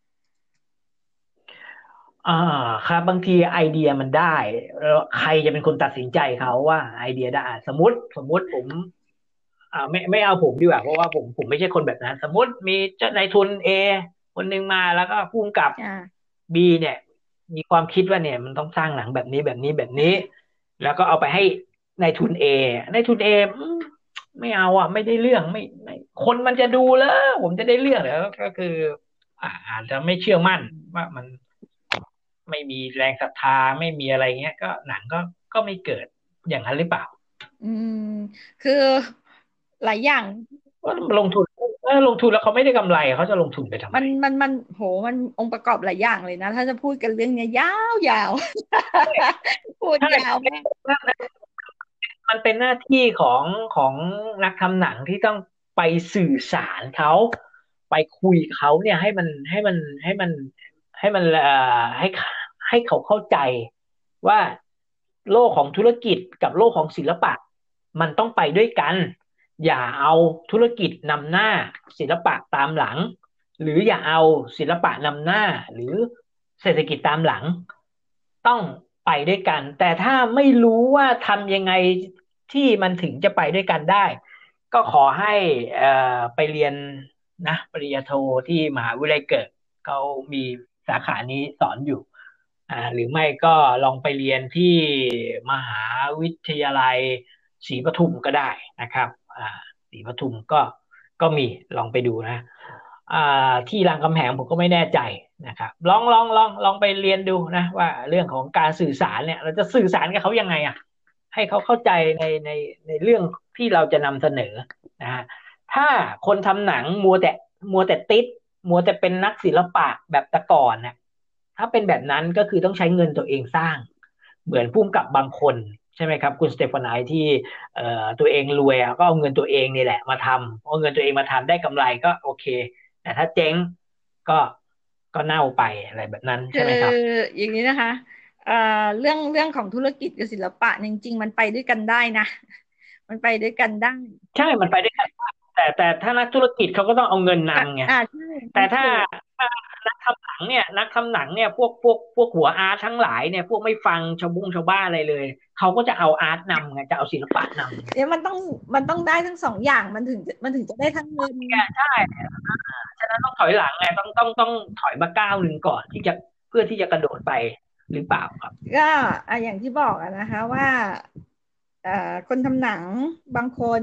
อ่าครับบางทีไอเดียมันได้แล้วใครจะเป็นคนตัดสินใจเขาว่าไอเดียได้สมมติผมไม่เอาผมดีกว่าเพราะว่าผมไม่ใช่คนแบบนั้นสมมติมีเจ้านายทุนเอคนหนึ่งมาแล้วก็ผู้กำกับบีเนี่ยมีความคิดว่าเนี่ยมันต้องสร้างหนังแบบนี้แล้วก็เอาไปให้นายทุนเอนายทุนเอไม่เอาอ่ะไม่ได้เรื่องไม่คนมันจะดูแล้วผมจะได้เรื่องแล้วก็คืออาจจะไม่เชื่อมั่นว่ามันไม่มีแรงศรัทธาไม่มีอะไรเงี้ยก็หนังก็ไม่เกิดอย่างนั้นหรือเปล่าอืมคือหลายอย่างว่าลงทุนลงทุนแล้วเขาไม่ได้กำไรเขาจะลงทุนไปทำไมมันมันองค์ประกอบหลายอย่างเลยนะถ้าจะพูดกันเรื่องเนี้ยยาวพูดใช่ยาวมากมันเป็นหน้าที่ของนักทำหนังที่ต้องไปสื่อสารเขาไปคุยเขาเนี่ยให้มันให้มันให้เขาเข้าใจว่าโลกของธุรกิจกับโลกของศิลปะมันต้องไปด้วยกันอย่าเอาธุรกิจนำหน้าศิลปะตามหลัง หรืออย่าเอาศิลปะนำหน้าหรือเศรษฐกิจตามหลังต้องไปด้วยกันแต่ถ้าไม่รู้ว่าทำยังไงที่มันถึงจะไปด้วยกันได้ก็ขอให้ไปเรียนนะปริญญาโทที่มหาวิทยาลัยเกิดเขามีสาขานี้สอนอยู่หรือไม่ก็ลองไปเรียนที่มหาวิทยาลัยศรีปทุมก็ได้นะครับศรีปทุมก็มีลองไปดูนะอ่าที่รามคำแหงผมก็ไม่แน่ใจนะครับลองไปเรียนดูนะว่าเรื่องของการสื่อสารเนี่ยเราจะสื่อสารกับเขายังไงอ่ะให้เขาเข้าใจในเรื่องที่เราจะนำเสนอนะฮะถ้าคนทำหนังมัวแต่ติดมัวแต่เป็นนักศิลปะแบบแต่ก่อนเนี่ยถ้าเป็นแบบนั้นก็คือต้องใช้เงินตัวเองสร้างเหมือนผู้กำกับบางคนใช่ไหมครับคุณสเตฟานายที่ตัวเองรวยอะก็เอาเงินตัวเองนี่แหละมาทำเอาเงินตัวเองมาทำได้กำไรก็โอเคแต่ถ้าเจ๊งก็ก็เน่าไปอะไรแบบนั้นคือใช่ไหมครับอย่างนี้นะคะเอ่อเรื่องของธุรกิจกับศิลปะจริงๆมันไปด้วยกันได้นะมันไปด้วยกันได้ใช่มันไปด้วยกันได้แต่ถ้านักธุรกิจเขาก็ต้องเอาเงินนำไงใช่แต่ถ้านักทำหนังเนี่ยพวกหัวอาร์ตทั้งหลายเนี่ยพวกไม่ฟังชาวบ้านอะไรเลยเขาก็จะเอาอาร์ตนำไงจะเอาศิลปะนำเนี่ยมันต้องได้ทั้งสองอย่างมันถึงจะได้ทั้งเงินใช่ฉะนั้นต้องถอยหลังไงต้องถอยมาก้าวหนึ่งก่อนที่จะเพื่อที่จะกระโดดไปหรือเปล่าครับก็อย่างที่บอกนะคะว่าเอ่อคนทำหนังบางคน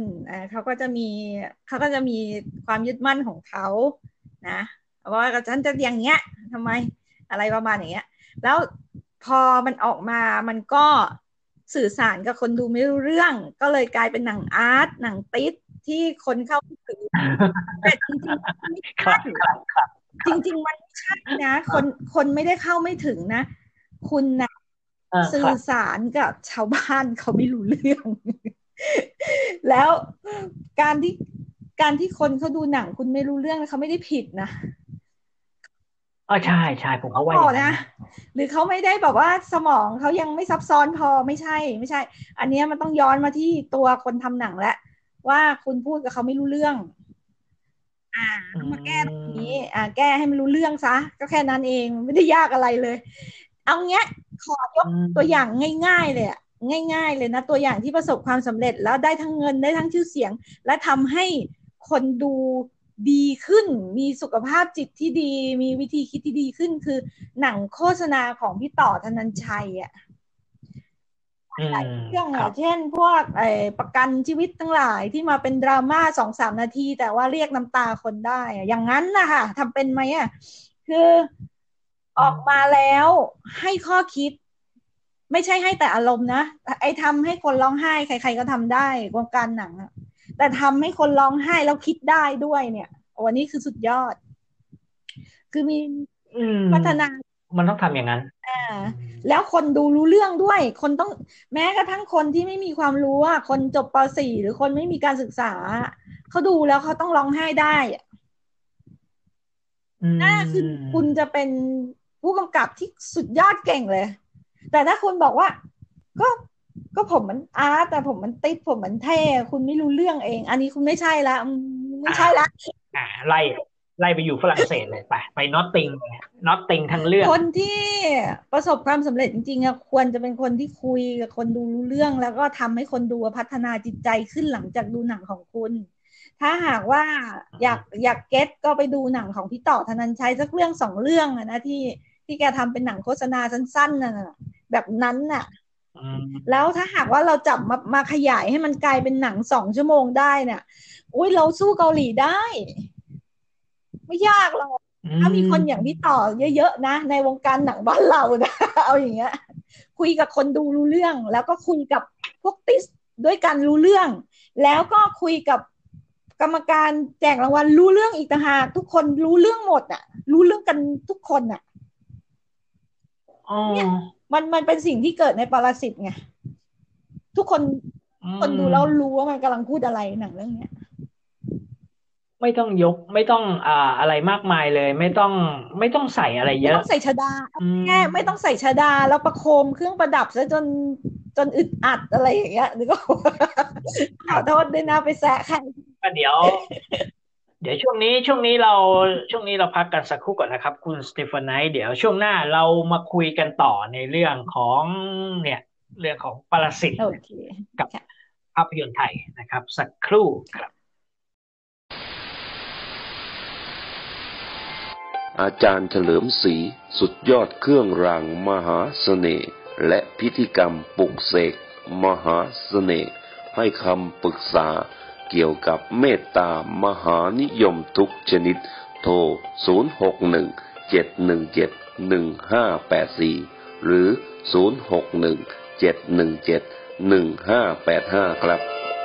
เขาก็จะมีความยึดมั่นของเขานะว่าฉันจะอย่างเงี้ยทำไมอะไรประมาณอย่างเงี้ยแล้วพอมันออกมามันก็สื่อสารกับคนดูไม่รู้เรื่องก็เลยกลายเป็นหนังอาร์ตหนังติสที่คนเข้าไม่ถึงแต่จริงๆมันไม่ครัใช่บครับจริงๆมันไม่ใช่นะคนไม่ได้เข้าไม่ถึงนะคุณนะ สื่อครับสารกับชาวบ้านเขาไม่รู้เรื่องแล้วการที่การที่คนเขาดูหนังคุณไม่รู้เรื่องเขาไม่ได้ผิดนะใช่ผมเขาก็ว่าบอกนะอย่างนั้นนะหรือเขาไม่ได้แบบว่าสมองเขายังไม่ซับซ้อนพอไม่ใช่อันนี้มันต้องย้อนมาที่ตัวคนทำหนังแล้วว่าคุณพูดกับเขาไม่รู้เรื่องอ่าอืต้องมาแก้ตรงนี้มแก้ให้มันรู้เรื่องซะก็แค่นั้นเองไม่ได้ยากอะไรเลยเอาเงี้ยขอยกอืตัวอย่างมง่ายๆเลยอะง่ายๆเลยนะตัวอย่างที่ประสบความสำเร็จแล้วได้ทั้งเงินได้ทั้งชื่อเสียงและทำให้คนดูดีขึ้นมีสุขภาพจิตที่ดีมีวิธีคิดที่ดีขึ้นคือหนังโฆษณาของพี่ต่อธนัญชัยอ่ะอืมเรื่องครับเช่นพวกประกันชีวิตทั้งหลายที่มาเป็นดราม่า2-3 นาทีแต่ว่าเรียกน้ำตาคนได้อะอย่างนั้นนะคะทำเป็นไหมอ่ะคือออกมาแล้วให้ข้อคิดไม่ใช่ให้แต่อารมณ์นะทำให้คนร้องไห้ใครๆก็ทำได้วงการหนังอะแต่ทำให้คนร้องไห้แล้วคิดได้ด้วยเนี่ยวันนี้คือสุดยอดคือมีอืมพัฒนามันต้องทำอย่างนั้นแล้วคนดูรู้เรื่องด้วยคนต้องแม้กระทั่งคนที่ไม่มีความรู้อ่ะคนจบป .4 หรือคนไม่มีการศึกษาเขาดูแล้วเขาต้องร้องไห้ได้นั่นคือคุณจะเป็นผู้กำกับที่สุดยอดเก่งเลยแต่ถ้าคุณบอกว่าก็ผมมันอาร์ตแต่ผมมันติดผมมันเท่คุณไม่รู้เรื่องเองอันนี้คุณไม่ใช่ละไม่ใช่ละไล่ไปอยู่ฝรั่งเศสเลยไปนอตติงเลยนอตติงทั้งเรื่องคนที่ประสบความสำเร็จจริงๆควรจะเป็นคนที่คุยกับคนดูรู้เรื่องแล้วก็ทำให้คนดูพัฒนาจิตใจขึ้นหลังจากดูหนังของคุณถ้าหากว่าอยากเก็ตก็ไปดูหนังของพี่ต่อธนัญชัยสักเรื่อง2เรื่องนะที่แกทำเป็นหนังโฆษณาสั้นๆน่ะแบบนั้นน่ะแล้วถ้าหากว่าเราจับมาขยายให้มันกลายเป็นหนัง2 ชั่วโมงได้เนี่ยอุ้ยเราสู้เกาหลีได้ไม่ยากหรอกถ้ามีคนอย่างพี่ต่อเยอะๆนะในวงการหนังบ้านเรานะเอาอย่างเงี้ยคุยกับคนดูรู้เรื่องแล้วก็คุยกับพวกติสด้วยกันรู้เรื่องแล้วก็คุยกับกรรมการแจกรางวัลรู้เรื่องอีกต่างหากทุกคนรู้เรื่องหมดอ่ะรู้เรื่องกันทุกคนอ่ะเนี่ยมันเป็นสิ่งที่เกิดในปรสิตไงทุกคนดูแล้วรู้ว่ามันกำลังพูดอะไรหนังเรื่องเนี้ยไม่ต้องไม่ต้องอะไรมากมายเลยไม่ต้องใส่อะไรเยอะไม่ต้องใส่ชดาแค่ไม่ต้องใส่ชดาแล้วประโคมเครื่องประดับซะจนอึดอัดอะไรอย่างเงี้ยนึกว่าขอโทษด้วยนะไปแซะใครเดี๋ยวช่วงนี้เราพักกันสักครู่ก่อนนะครับคุณสเตฟานไนท์เดี๋ยวช่วงหน้าเรามาคุยกันต่อในเรื่องของเนี่ยเรื่องของปรสิตกับภาพยนตร์ไทยนะครับสักครู่ครับอาจารย์เฉลิมศรีสุดยอดเครื่องรางมหาเสน่ห์และพิธีกรรมปลุกเสกมหาเสน่ห์ให้คำปรึกษาเกี่ยวกับเมตตามหานิยมทุกชนิดโทร 061-717-1584 หรือ 061-717-1585 ครับ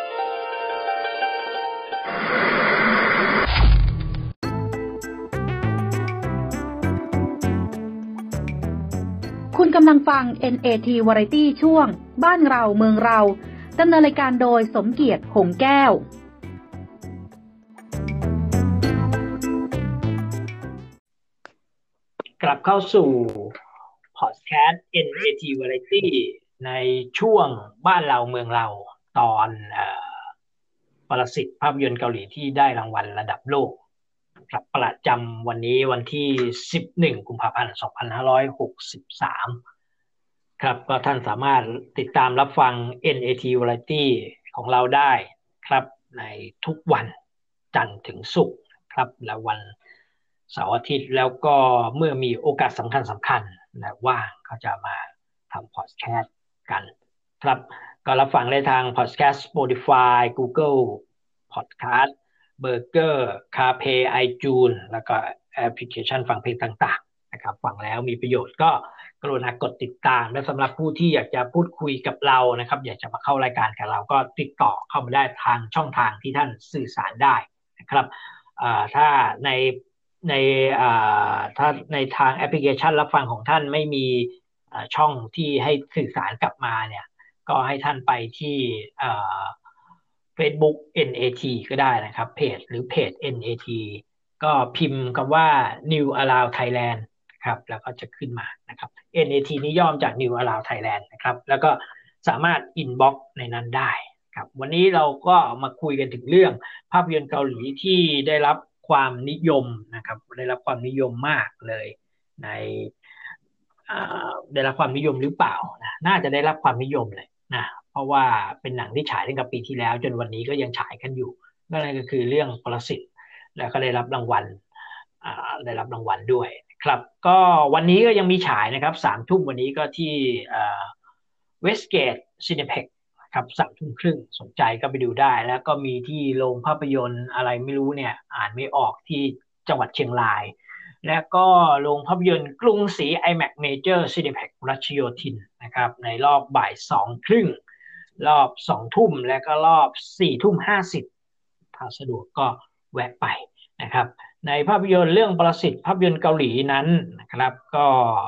คุณกำลังฟัง NAT Variety ช่วงบ้านเราเมืองเราดำเนินรายการโดยสมเกียรติหงแก้วกลับเข้าสู่พอดแคสต์ NAT Variety ในช่วงบ้านเราเมืองเราตอนปรสิตภาพยนตร์เกาหลีที่ได้รางวัลระดับโลกครับประจำวันนี้วันที่11กุมภาพันธ์2563ครับก็ท่านสามารถติดตามรับฟัง NAT Variety ของเราได้ครับในทุกวันจันทร์ถึงศุกร์ครับและวันเสาร์อาทิตย์แล้วก็เมื่อมีโอกาสสำคัญนะว่างเขาจะมาทำพอดแคสต์กันครับก็รับฟังได้ทางพอดแคสต์ Spotify Google Podcast Burger CarPlay iTunes แล้วก็แอปพลิเคชันฟังเพลงต่างๆนะครับฟังแล้วมีประโยชน์ก็กรุณากดติดตามและสำหรับผู้ที่อยากจะพูดคุยกับเรานะครับอยากจะมาเข้ารายการกับเราก็ติดต่อเข้ามาได้ทางช่องทางที่ท่านสื่อสารได้นะครับถ้าถ้าในทางแอปพลิเคชันรับฟังของท่านไม่มีช่องที่ให้สื่อสารกลับมาเนี่ยก็ให้ท่านไปที่Facebook NAT ก็ได้นะครับเพจหรือเพจ NAT ก็พิมพ์คำว่า New Around Thailand ครับแล้วก็จะขึ้นมานะครับ NAT นี้ย่อมาจาก New Around Thailand นะครับแล้วก็สามารถ inbox ในนั้นได้ครับวันนี้เราก็มาคุยกันถึงเรื่องภาพยนตร์เกาหลีที่ได้รับความนิยมนะครับได้รับความนิยมมากเลยในได้รับความนิยมหรือเปล่านะน่าจะได้รับความนิยมเลยนะเพราะว่าเป็นหนังที่ฉายตั้งแต่ปีที่แล้วจนวันนี้ก็ยังฉายกันอยู่นั่นก็คือเรื่องปรสิตแล้วก็ได้รับรางวัลด้วยครับก็วันนี้ก็ยังมีฉายนะครับ3 ทุ่มวันนี้ก็ที่เวสเกตซีนิเพ็กครับ3 ทุ่มครึ่งสนใจก็ไปดูได้แล้วก็มีที่โรงภาพยนตร์อะไรไม่รู้เนี่ยอ่านไม่ออกที่จังหวัดเชียงรายและก็โรงภาพยนตร์กรุงศรี IMAX Major Cineplex รัชโยธินนะครับในรอบบ่าย 2 ครึ่งรอบ 2 ทุ่มและก็รอบ 4 ทุ่ม 50ถ้าสะดวกก็แวะไปนะครับในภาพยนตร์เรื่องปรสิตภาพยนตร์เกาหลีนั้นนะครับก็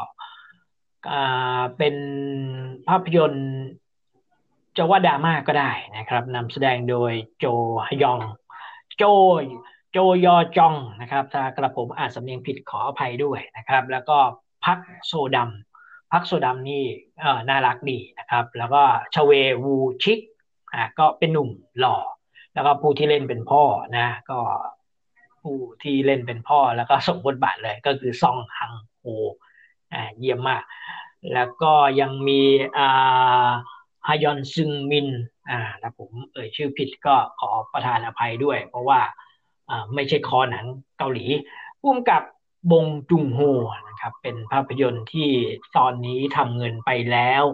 เป็นภาพยนตร์จะว่าดราม่าก็ได้นะครับนำแสดงโดยโจฮยองโจโจยอจองนะครับถ้ากระผมอ่านสำเนียงผิดขออภัยด้วยนะครับแล้วก็พักโซดัมนี่น่ารักดีนะครับแล้วก็ชเววูชิกก็เป็นหนุ่มหล่อแล้วก็ผู้ที่เล่นเป็นพ่อนะก็ผู้ที่เล่นเป็นพ่อแล้วก็สมบทบาทเลยก็คือซองฮังโฮเยี่ยมมากแล้วก็ยังมีฮยอนซึงมินถ้าผมชื่อผิดก็ขอประทานอภัยด้วยเพราะว่าไม่ใช่คอหนังเกาหลีร่วมกับบงจุงโฮนะครับเป็นภาพยนตร์ที่ตอนนี้ทำเงินไปแล้ว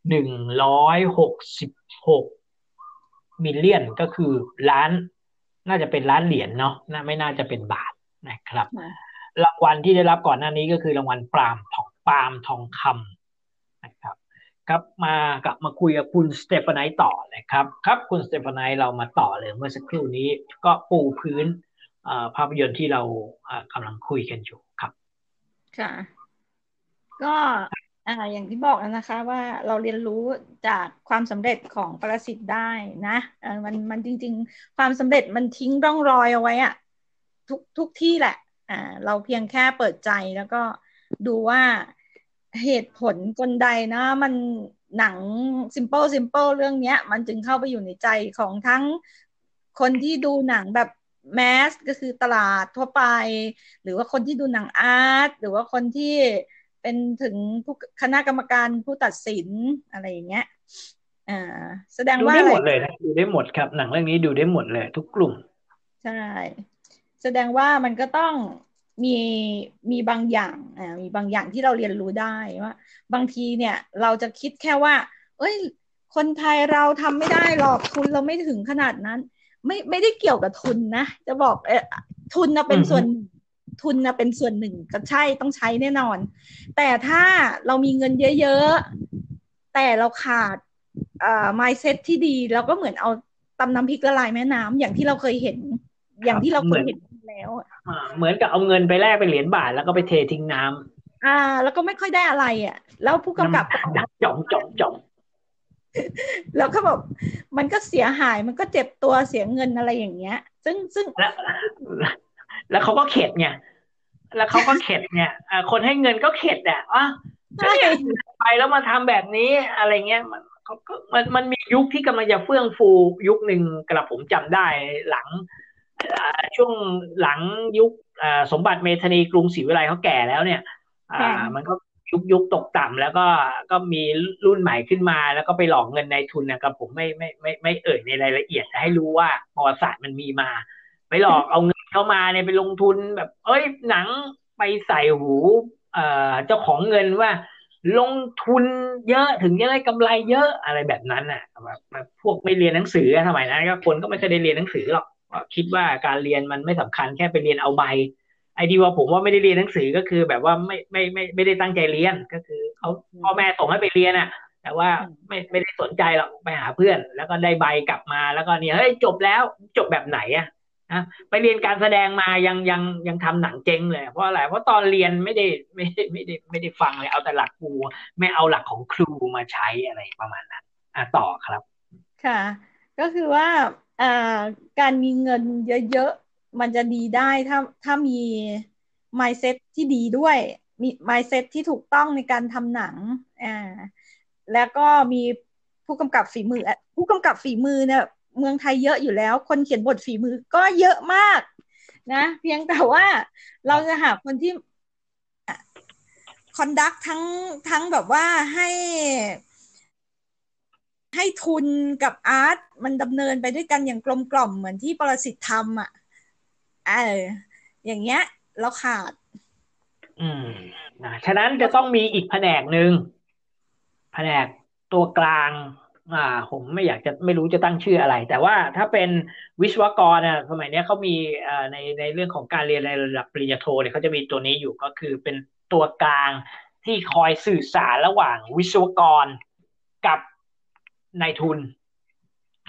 166 มิลเลียนก็คือล้านน่าจะเป็นล้านเหรียญเนาะไม่น่าจะเป็นบาทนะครับรางวัลที่ได้รับก่อนหน้านี้ก็คือรางวัลปาล์มทองคำนะครับครับกลับมาคุยกับคุณสเตฟานายต่อนะครับครับคุณสเตฟานายเรามาต่อเลยเมื่อสักครู่นี้ก็ปูพื้นภาพยนตร์ที่เรากำลังคุยกันอยู่ครับค่ะก็อย่างที่บอกนะคะว่าเราเรียนรู้จากความสำเร็จของปรสิตได้นะมันจริงๆความสำเร็จมันทิ้งร่องรอยเอาไว้อะทุกที่แหละเราเพียงแค่เปิดใจแล้วก็ดูว่าเหตุผลกลใดนะมันหนัง simple เรื่องนี้มันจึงเข้าไปอยู่ในใจของทั้งคนที่ดูหนังแบบแมสก็คือตลาดทั่วไปหรือว่าคนที่ดูหนังอาร์ตหรือว่าคนที่เป็นถึงผู้คณะกรรมการผู้ตัดสินอะไรอย่างเงี้ยแสดงว่าดูได้หมดเลยนะดูได้หมดครับหนังเรื่องนี้ดูได้หมดเลยทุกกลุ่มใช่แสดงว่ามันก็ต้องมีบางอย่างมีบางอย่างที่เราเรียนรู้ได้ว่าบางทีเนี่ยเราจะคิดแค่ว่าเอ้ยคนไทยเราทำไม่ได้หรอกทุนเราไม่ถึงขนาดนั้นไม่ได้เกี่ยวกับทุนนะจะบอกทุนนะเป็นส่วนหนึ่งก็ใช่ต้องใช้แน่นอนแต่ถ้าเรามีเงินเยอะๆแต่เราขาดmindset ที่ดีเราก็เหมือนเอาตำน้ำพริกละลายแม่น้ำอย่างที่เราเคยเห็นแล้วเหมือนกับเอาเงินไปแลกเป็นเหรียญบาทแล้วก็ไปเททิ้งน้ำแล้วก็ไม่ค่อยได้อะไรแล้วผู้กำกับจ่อมแล้วก็แบบมันก็เสียหายมันก็เจ็บตัวเสียเงินอะไรอย่างเงี้ยซึ่งแล้วเขาก็เข็ดไงคนให้เงินก็เข็ดไปแล้วมาทำแบบนี้อะไรเงี้ยมันมียุคที่กำลังจะเฟื่องฟูยุคหนึ่งกระผมจำได้หลังช่วงหลังยุคสมบัติเมธานีกรุงศรีวิไลเขาแก่แล้วเนี่ยมันก็ยุคตกต่ำแล้วก็มีรุ่นใหม่ขึ้นมาแล้วก็ไปหลอกเงินนายทุนนะครับผมไม่เอ่ยในรายละเอียดให้รู้ว่าประวัติศาสตร์มันมีมาไปหลอกเอาเงินเข้ามาเนี่ยไปลงทุนแบบหนังไปใส่หูเจ้าของเงินว่าลงทุนเยอะถึงจะได้กำไรเยอะอะไรแบบนั้นน่ะแบบพวกไม่เรียนหนังสือสมัยนั้นก็คนก็ไม่เคยได้เรียนหนังสือหรอกคิดว่าการเรียนมันไม่สำคัญแค่ไปเรียนเอาใบไอ้ที่ว่าผมว่าไม่ได้เรียนหนังสือก็คือแบบว่าไม่ได้ตั้งใจเรียนก็คือเขาพ่อแม่ส่งให้ไปเรียนแต่ว่าไม่ได้สนใจหรอกไปหาเพื่อนแล้วก็ได้ใบกลับมาแล้วก็เนี่ยเฮ้ยจบแล้วจบแบบไหนไปเรียนการแสดงมายังทำหนังเจ๊งเลยเพราะอะไรเพราะตอนเรียนไม่ได้ฟังเลยเอาแต่หลักครูไม่เอาหลักของครูมาใช้อะไรประมาณนั้นต่อครับค่ะก็คือว่าการมีเงินเยอะๆมันจะดีได้ถ้ามี mindset ที่ดีด้วยมี mindset ที่ถูกต้องในการทำหนังแล้วก็มีผู้กำกับฝีมือเนี่ยเมืองไทยเยอะอยู่แล้วคนเขียนบทฝีมือก็เยอะมากนะเพียงแต่ว่าเราจะหาคนที่คอนดักทั้งแบบว่าให้ทุนกับอาร์ตมันดำเนินไปด้วยกันอย่างกลมกล่อมเหมือนที่ปรสิตทำอย่างเงี้ยเราขาดฉะนั้นจะต้องมีอีกแผนกหนึ่งแผนกตัวกลางผมไม่รู้จะตั้งชื่ออะไรแต่ว่าถ้าเป็นวิศวกรสมัยนี้เขามีในเรื่องของการเรียนในระดับปริญญาโทเนี่ยเขาจะมีตัวนี้อยู่ก็คือเป็นตัวกลางที่คอยสื่อสารระหว่างวิศวกรกับนายทุน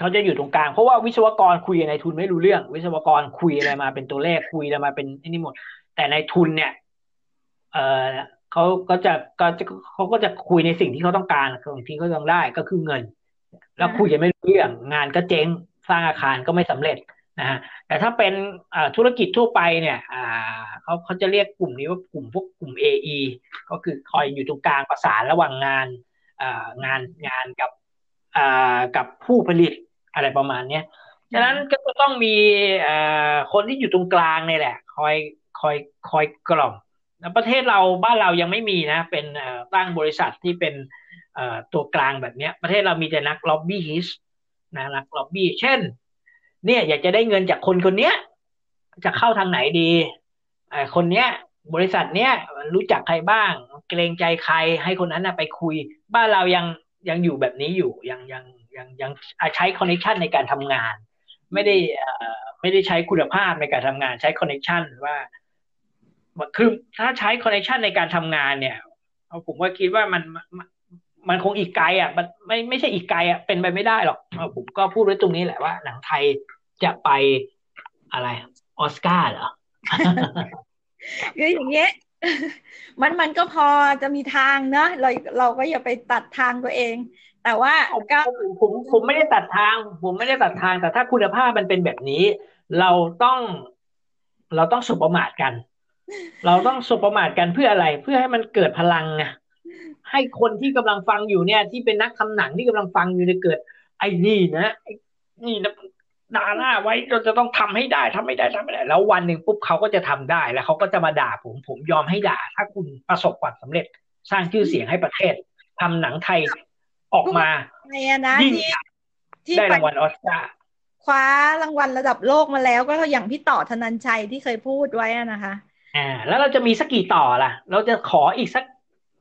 เขาจะอยู่ตรงกลางเพราะว่าวิศวกรคุยกับนายทุนไม่รู้เรื่องวิศวกรคุยอะไรมาเป็นตัวเลขคุยอะไรมาเป็นนี่หมดแต่นายทุนเนี่ยเออเขาก็จะเขาก็จะคุยในสิ่งที่เขาต้องการสิ่งที่เขาต้องได้ก็คือเงินแล้วคุยกันไม่รู้เรื่องงานก็เจ๊งสร้างอาคารก็ไม่สำเร็จนะฮะแต่ถ้าเป็นธุรกิจทั่วไปเนี่ยเขาจะเรียกกลุ่มนี้ว่ากลุ่มพวกกลุ่ม AE ก็คือคอยอยู่ตรงกลางประสานระหว่างงานกับผู้ผลิตอะไรประมาณเนี้ยฉะนั้นก็จะต้องมีคนที่อยู่ตรงกลางนี่แหละคอยคอยกล่อมแล้วประเทศเราบ้านเรายังไม่มีนะเป็นตั้งบริษัทที่เป็นตัวกลางแบบเนี้ยประเทศเรามีแต่นักล็อบบี้ฮิสต์นะนักล็อบบี้เช่นเนี่ยอยากจะได้เงินจากคนคนเนี้ยจะเข้าทางไหนดีคนเนี้ยบริษัทเนี้ยรู้จักใครบ้างเกรงใจใครให้คนนั้นนะไปคุยบ้านเรายังอยู่แบบนี้อยู่ยังใช้คอนเนคชันในการทำงานไม่ได้ใช้คุณภาพในการทำงานใช้คอนเนคชันว่าคือถ้าใช้คอนเนคชันในการทำงานเนี่ยผมว่าคิดว่ามันคงอีกไกลอ่ะมันไม่ใช่อีกไกลอ่ะเป็นไปไม่ได้หรอกผมก็พูดไว้ตรงนี้แหละว่าหนังไทยจะไปอะไรออสการ์เหรอคืออย่างเงี้ยมันก็พอจะมีทางเนอะเราก็อย่าไปตัดทางตัวเองแต่ว่าก็ผมไม่ได้ตัดทางผมไม่ได้ตัดทางแต่ถ้าคุณภาพมันเป็นแบบนี้เราต้องเราต้องสบประมาทกันเราต้องสบประมาทกันเพื่ออะไรเพื่อให้มันเกิดพลังไงให้คนที่กำลังฟังอยู่เนี่ยที่เป็นนักทำหนังที่กำลังฟังอยู่เนี่ยเกิดไอ้นี่นะไอ้นี่นะด่าหน้าไว้เราจะต้องทำให้ได้ทำไม่ได้แล้ววันหนึ่งปุ๊บเขาก็จะทำได้แล้วเขาก็จะมาด่าผมยอมให้ด่าถ้าคุณประสบความสำเร็จสร้างชื่อเสียงให้ประเทศทำหนังไทยออกมายิ่งที่ได้รางวัลออสการ์คว้ารางวัลระดับโลกมาแล้วก็อย่างพี่ต่อธนัญชัยที่เคยพูดไว้นะคะแล้วเราจะมีสักกี่ต่อล่ะเราจะขออีกสัก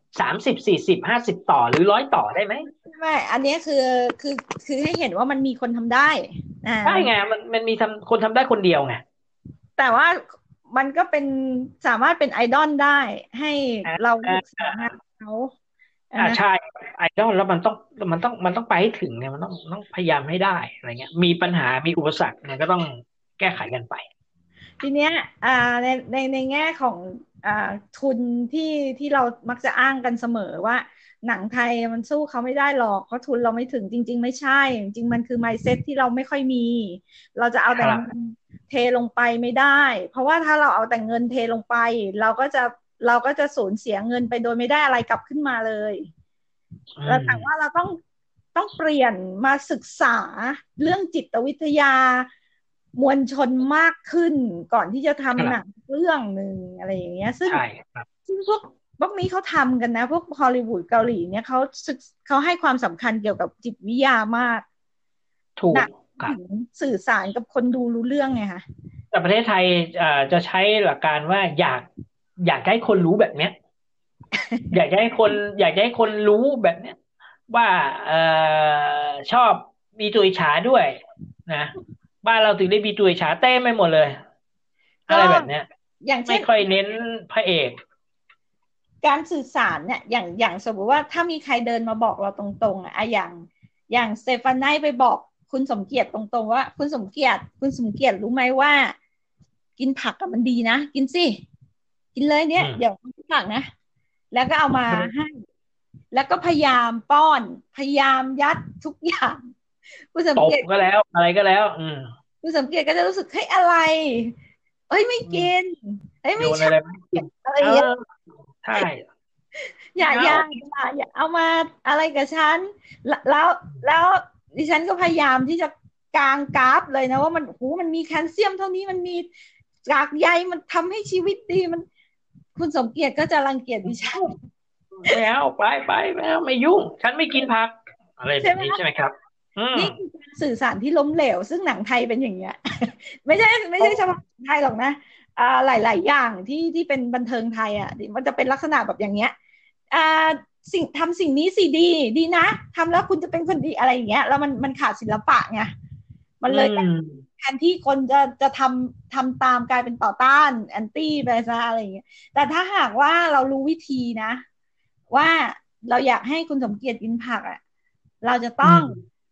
30 40 50ต่อหรือ100ต่อได้ไหมไม่อันนี้คือให้เห็นว่ามันมีคนทำได้ใช่ไงมันมีคนทำได้คนเดียวไงแต่ว่ามันก็เป็นสามารถเป็นไอดอลได้ให้เราศึกษางานเขาใช่ไอดอลแล้วมันต้องไปให้ถึงเนี่ยมันต้องพยายามให้ได้อะไรเงี้ยมีปัญหามีอุปสรรคมันก็ต้องแก้ไขกันไปทีเนี้ยในแง่ของทุนที่เรามักจะอ้างกันเสมอว่าหนังไทยมันสู้เขาไม่ได้หรอกเพราะทุนเราไม่ถึงจริงๆไม่ใช่จริงๆมันคือ mindset ที่เราไม่ค่อยมีเราจะเอาแต่เงินเทลงไปไม่ได้เพราะว่าถ้าเราเอาแต่เงินเทลงไปเราก็จะสูญเสียเงินไปโดยไม่ได้อะไรกลับขึ้นมาเลยแต่ว่าเราต้องเปลี่ยนมาศึกษาเรื่องจิตวิทยามวลชนมากขึ้นก่อนที่จะทำหนังเรื่องหนึ่งอะไรอย่างเงี้ยซึ่งพวกนี้เขาทำกันนะพวกฮอลลีวูดเกาหลีเนี่ยเขาให้ความสำคัญเกี่ยวกับจิตวิทยามากถูกสื่อสารกับคนดูรู้เรื่องไงคะแต่ประเทศไทยจะใช้หลักการว่าอยากให้คนรู้แบบเนี้ย อยากให้คนรู้แบบเนี้ยว่าชอบมีตัวอิจฉาด้วยนะบ้านเราถึงได้มีตัวอิจฉาเต้ไม่หมดเลยอะไรแบบเนี้ยไม่ค่อยเน้นพระเอกการสื่อสารเนี่ยอย่างสมมติว่าถ้ามีใครเดินมาบอกเราตรงๆอย่างสเตฟานไนไปบอกคุณสมเกียรติตรงๆว่าคุณสมเกียรติรู้ไหมว่ากินผักกับมันดีนะกินสิกินเลยเนี่ยเดี๋ยวผักนะแล้วก็เอามาให้แล้วก็พยายามป้อนพยายามยัดทุกอย่างคุณสมเกียรติก็แล้วอะไรก็แล้วคุณสมเกียรติก็จะรู้สึกให้อะไรเอ้ยไม่กินเอ้ยไม่ใช่อะไรอย่างเงี้ยใช่อย่าเอามาอะไรกับฉันแล้วดิฉันก็พยายามที่จะกางกราฟเลยนะว่ามันมีแคลเซียมเท่านี้มันมีกากใยมันทำให้ชีวิตดีมันคุณสมเกียรติก็จะรังเกียจดิฉันไม่เอาไปไม่ยุ่งฉันไม่กินผักอะไรแบบนี้ใช่ไหมครับนี่คือการสื่อสารที่ล้มเหลวซึ่งหนังไทยเป็นอย่างเงี้ยไม่ใช่เฉพาะไทยหรอกนะหลายอย่างที่เป็นบันเทิงไทยมันจะเป็นลักษณะแบบอย่างเงี้ยทำสิ่งนี้สิดีนะทำแล้วคุณจะเป็นคนดีอะไรอย่างเงี้ยแล้วมันขาดศิลปะไงมันเลยแทนที่คนจะทำตามกลายเป็นต่อต้านแอนตี้ไปซะอะไรอย่างเงี้ยแต่ถ้าหากว่าเรารู้วิธีนะว่าเราอยากให้คุณสมเกียรติกินผักเราจะต้อง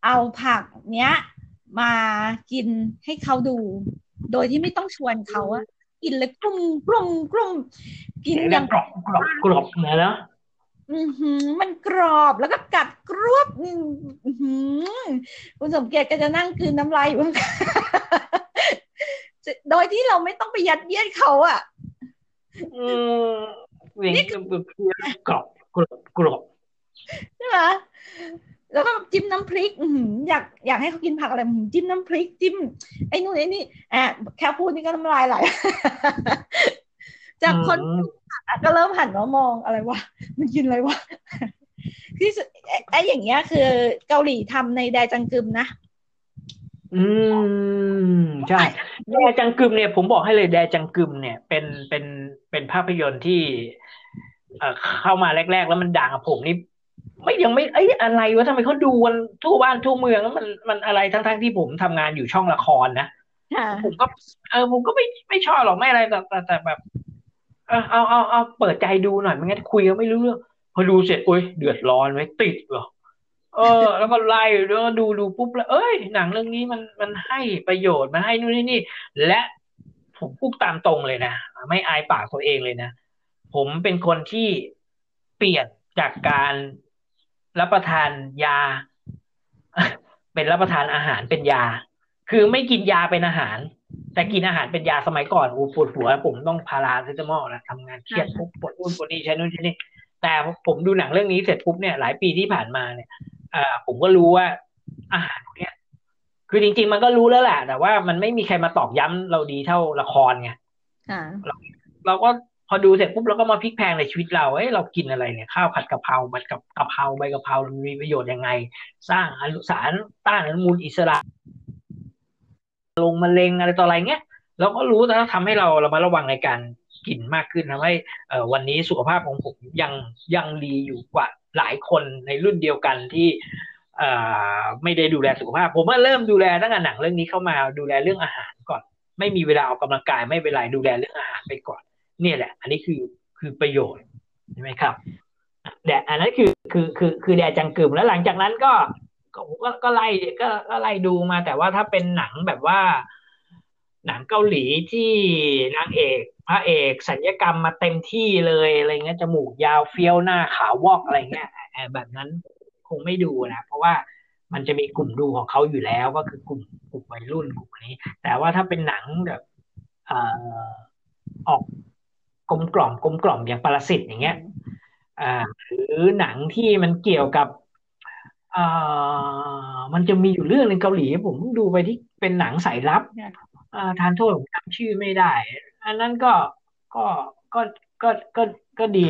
เอาผักเนี้ยมากินให้เขาดู โดยที่ไม่ต้องชวนเขาอะกินเลยกลุ่มกลุ่มกลุ่มกินอย่างกรอบกรอบกรอบเนอะมันกรอบแล้วก็กัดกรวบคุณสมเกียรติก็จะนั่งคืนน้ำลายอยู่โดยที่เราไม่ต้องไปยัดเยียดเขาอ่ะนี่คือกรอบกรอบกรอบใช่ไหมแล้วก็จิ้มน้ำพริกอยากให้เขากินผักอะไรจิ้มน้ำพริกจิ้มไอ้นู่นไอ้นี่แค่พูดนี่ก็น้ำลายไหลจากคนก็เริ่มหันมามองอะไรวะมันกินอะไรวะที่ไอ้อย่างเงี้ยคือเกาหลีทำในแดจังกึมนะใช่แดจังกึมเนี่ยผมบอกให้เลยแดจังกึมเนี่ยเป็นภาพยนตร์ที่เข้ามาแรกๆแล้วมันดังผมนี่ยังไม่อะไรวะทำไมเขาดูกันทั่วบ้านทั่วเมืองแล้วมันอะไรทั้งที่ผมทำงานอยู่ช่องละครนะผมก็ไม่ชอบหรอกไม่อะไรแต่แบบเอาเปิดใจดูหน่อยไม่งั้นคุยกันไม่รู้เรื่องพอดูเสร็จโอ๊ยเดือดร้อนไว้ติดเหรอแล้วก็ไล่แล้วดูปุ๊บแล้วหนังเรื่องนี้มันให้ประโยชน์มันให้นู่นนี่และผมพูดตามตรงเลยนะไม่อายปากตัวเองเลยนะผมเป็นคนที่เปลี่ยนจากการรับประทานยาเป็นรับประทานอาหารเป็นยาคือไม่กินยาเป็นอาหารแต่กินอาหารเป็นยาสมัยก่อนปวดหัวผมต้องพาราเซตามอลนะทำงานเครียดปุ๊บปวดนู่นปวดนี่ใช้นู่นใช้นี่แต่ผมดูหนังเรื่องนี้เสร็จปุ๊บเนี่ยหลายปีที่ผ่านมาเนี่ยผมก็รู้ว่าอาหารเนี่ยคือจริงๆมันก็รู้แล้วแหละแต่ว่ามันไม่มีใครมาตอกย้ำเราดีเท่าละครไงเราก็พอดูเสร็จปุ๊บเราก็มาพลิกแพลงในชีวิตเราเรากินอะไรเนี่ยข้าวผัดกะเพรามันกับกะเพราใบกะเพรามันมีประโยชน์ยังไงสร้างอนุสารต้านอนุมูลอิสระลงมะเร็งอะไรต่ออะไรเงี้ยเราก็รู้แล้วทำให้เรามาระวังในการกินมากขึ้นทำให้วันนี้สุขภาพของผมยังดีอยู่กว่าหลายคนในรุ่นเดียวกันที่ไม่ได้ดูแลสุขภาพผมเริ่มดูแลตั้งแต่หนังเรื่องนี้เข้ามาดูแลเรื่องอาหารก่อนไม่มีเวลาออกกำลังกายไม่เป็นไรดูแลเรื่องอาหารไปก่อนเนี่ยแหละอันนี้คือประโยชน์ใช่ไหมครับอันนั้นคือแดจังกึมแล้วหลังจากนั้นก็ไล่ดูมาแต่ว่าถ้าเป็นหนังแบบว่าหนังเกาหลีที่นางเอกพระเอกศัลยกรรมมาเต็มที่เลยอะไรเงี้ยจมูกยาวเฟี้ยวหน้าขาววอกอะไรเงี้ยแบบนั้นคงไม่ดูนะเพราะว่ามันจะมีกลุ่มดูของเขาอยู่แล้วก็คือกลุ่มวัยรุ่นกลุ่มนี้แต่ว่าถ้าเป็นหนังแบบออกกลมกล่อมอย่างปรสิตอย่างเงี้ยหรือหนังที่มันเกี่ยวกับมันจะมีอยู่เรื่องในเกาหลีผมเพิ่งดูไปที่เป็นหนังสายลับทานโทษผมจำชื่อไม่ได้อันนั้นก็ก็ก็ก็ก็ดี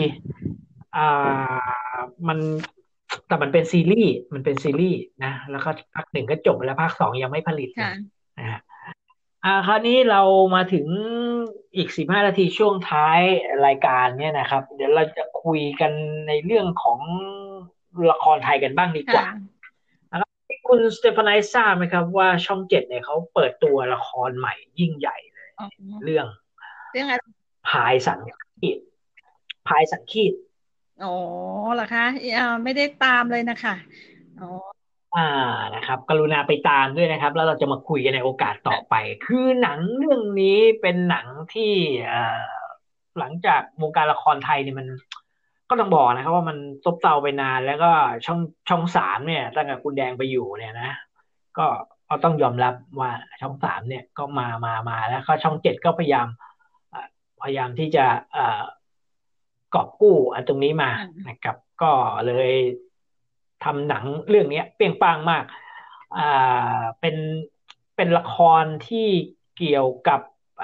มันแต่มันเป็นซีรีส์นะแล้วก็ภาค 1ก็จบแล้วภาค 2ยังไม่ผลิตนะฮะคราวนี้เรามาถึงอีก15 นาทีช่วงท้ายรายการเนี่ยนะครับเดี๋ยวเราจะคุยกันในเรื่องของละครไทยกันบ้างดีกว่าคุณสเตฟานายทราบไหมครับว่าช่อง 7เนี่ยเขาเปิดตัวละครใหม่ยิ่งใหญ่เลยเรื่องอะไรพายสังคีตอ๋อเหรอคะไม่ได้ตามเลยนะคะนะครับกรุณาไปตามด้วยนะครับแล้วเราจะมาคุยกันในโอกาสต่อไปคือหนังเรื่องนี้เป็นหนังที่หลังจากวงการละครไทยเนี่ยมันก็ต้องบอกนะครับว่ามันซบเซาไปนานแล้วก็ช่อง 3เนี่ยตั้งแต่คุณแดงไปอยู่เนี่ยนะก็ต้องยอมรับว่าช่อง 3เนี่ยก็มาแล้วก็ช่อง 7ก็พยายามที่จะกอบกู้อันตรงนี้มานะครับก็เลยทำหนังเรื่องนี้เปรี้ยงป้างมากเป็นละครที่เกี่ยวกับ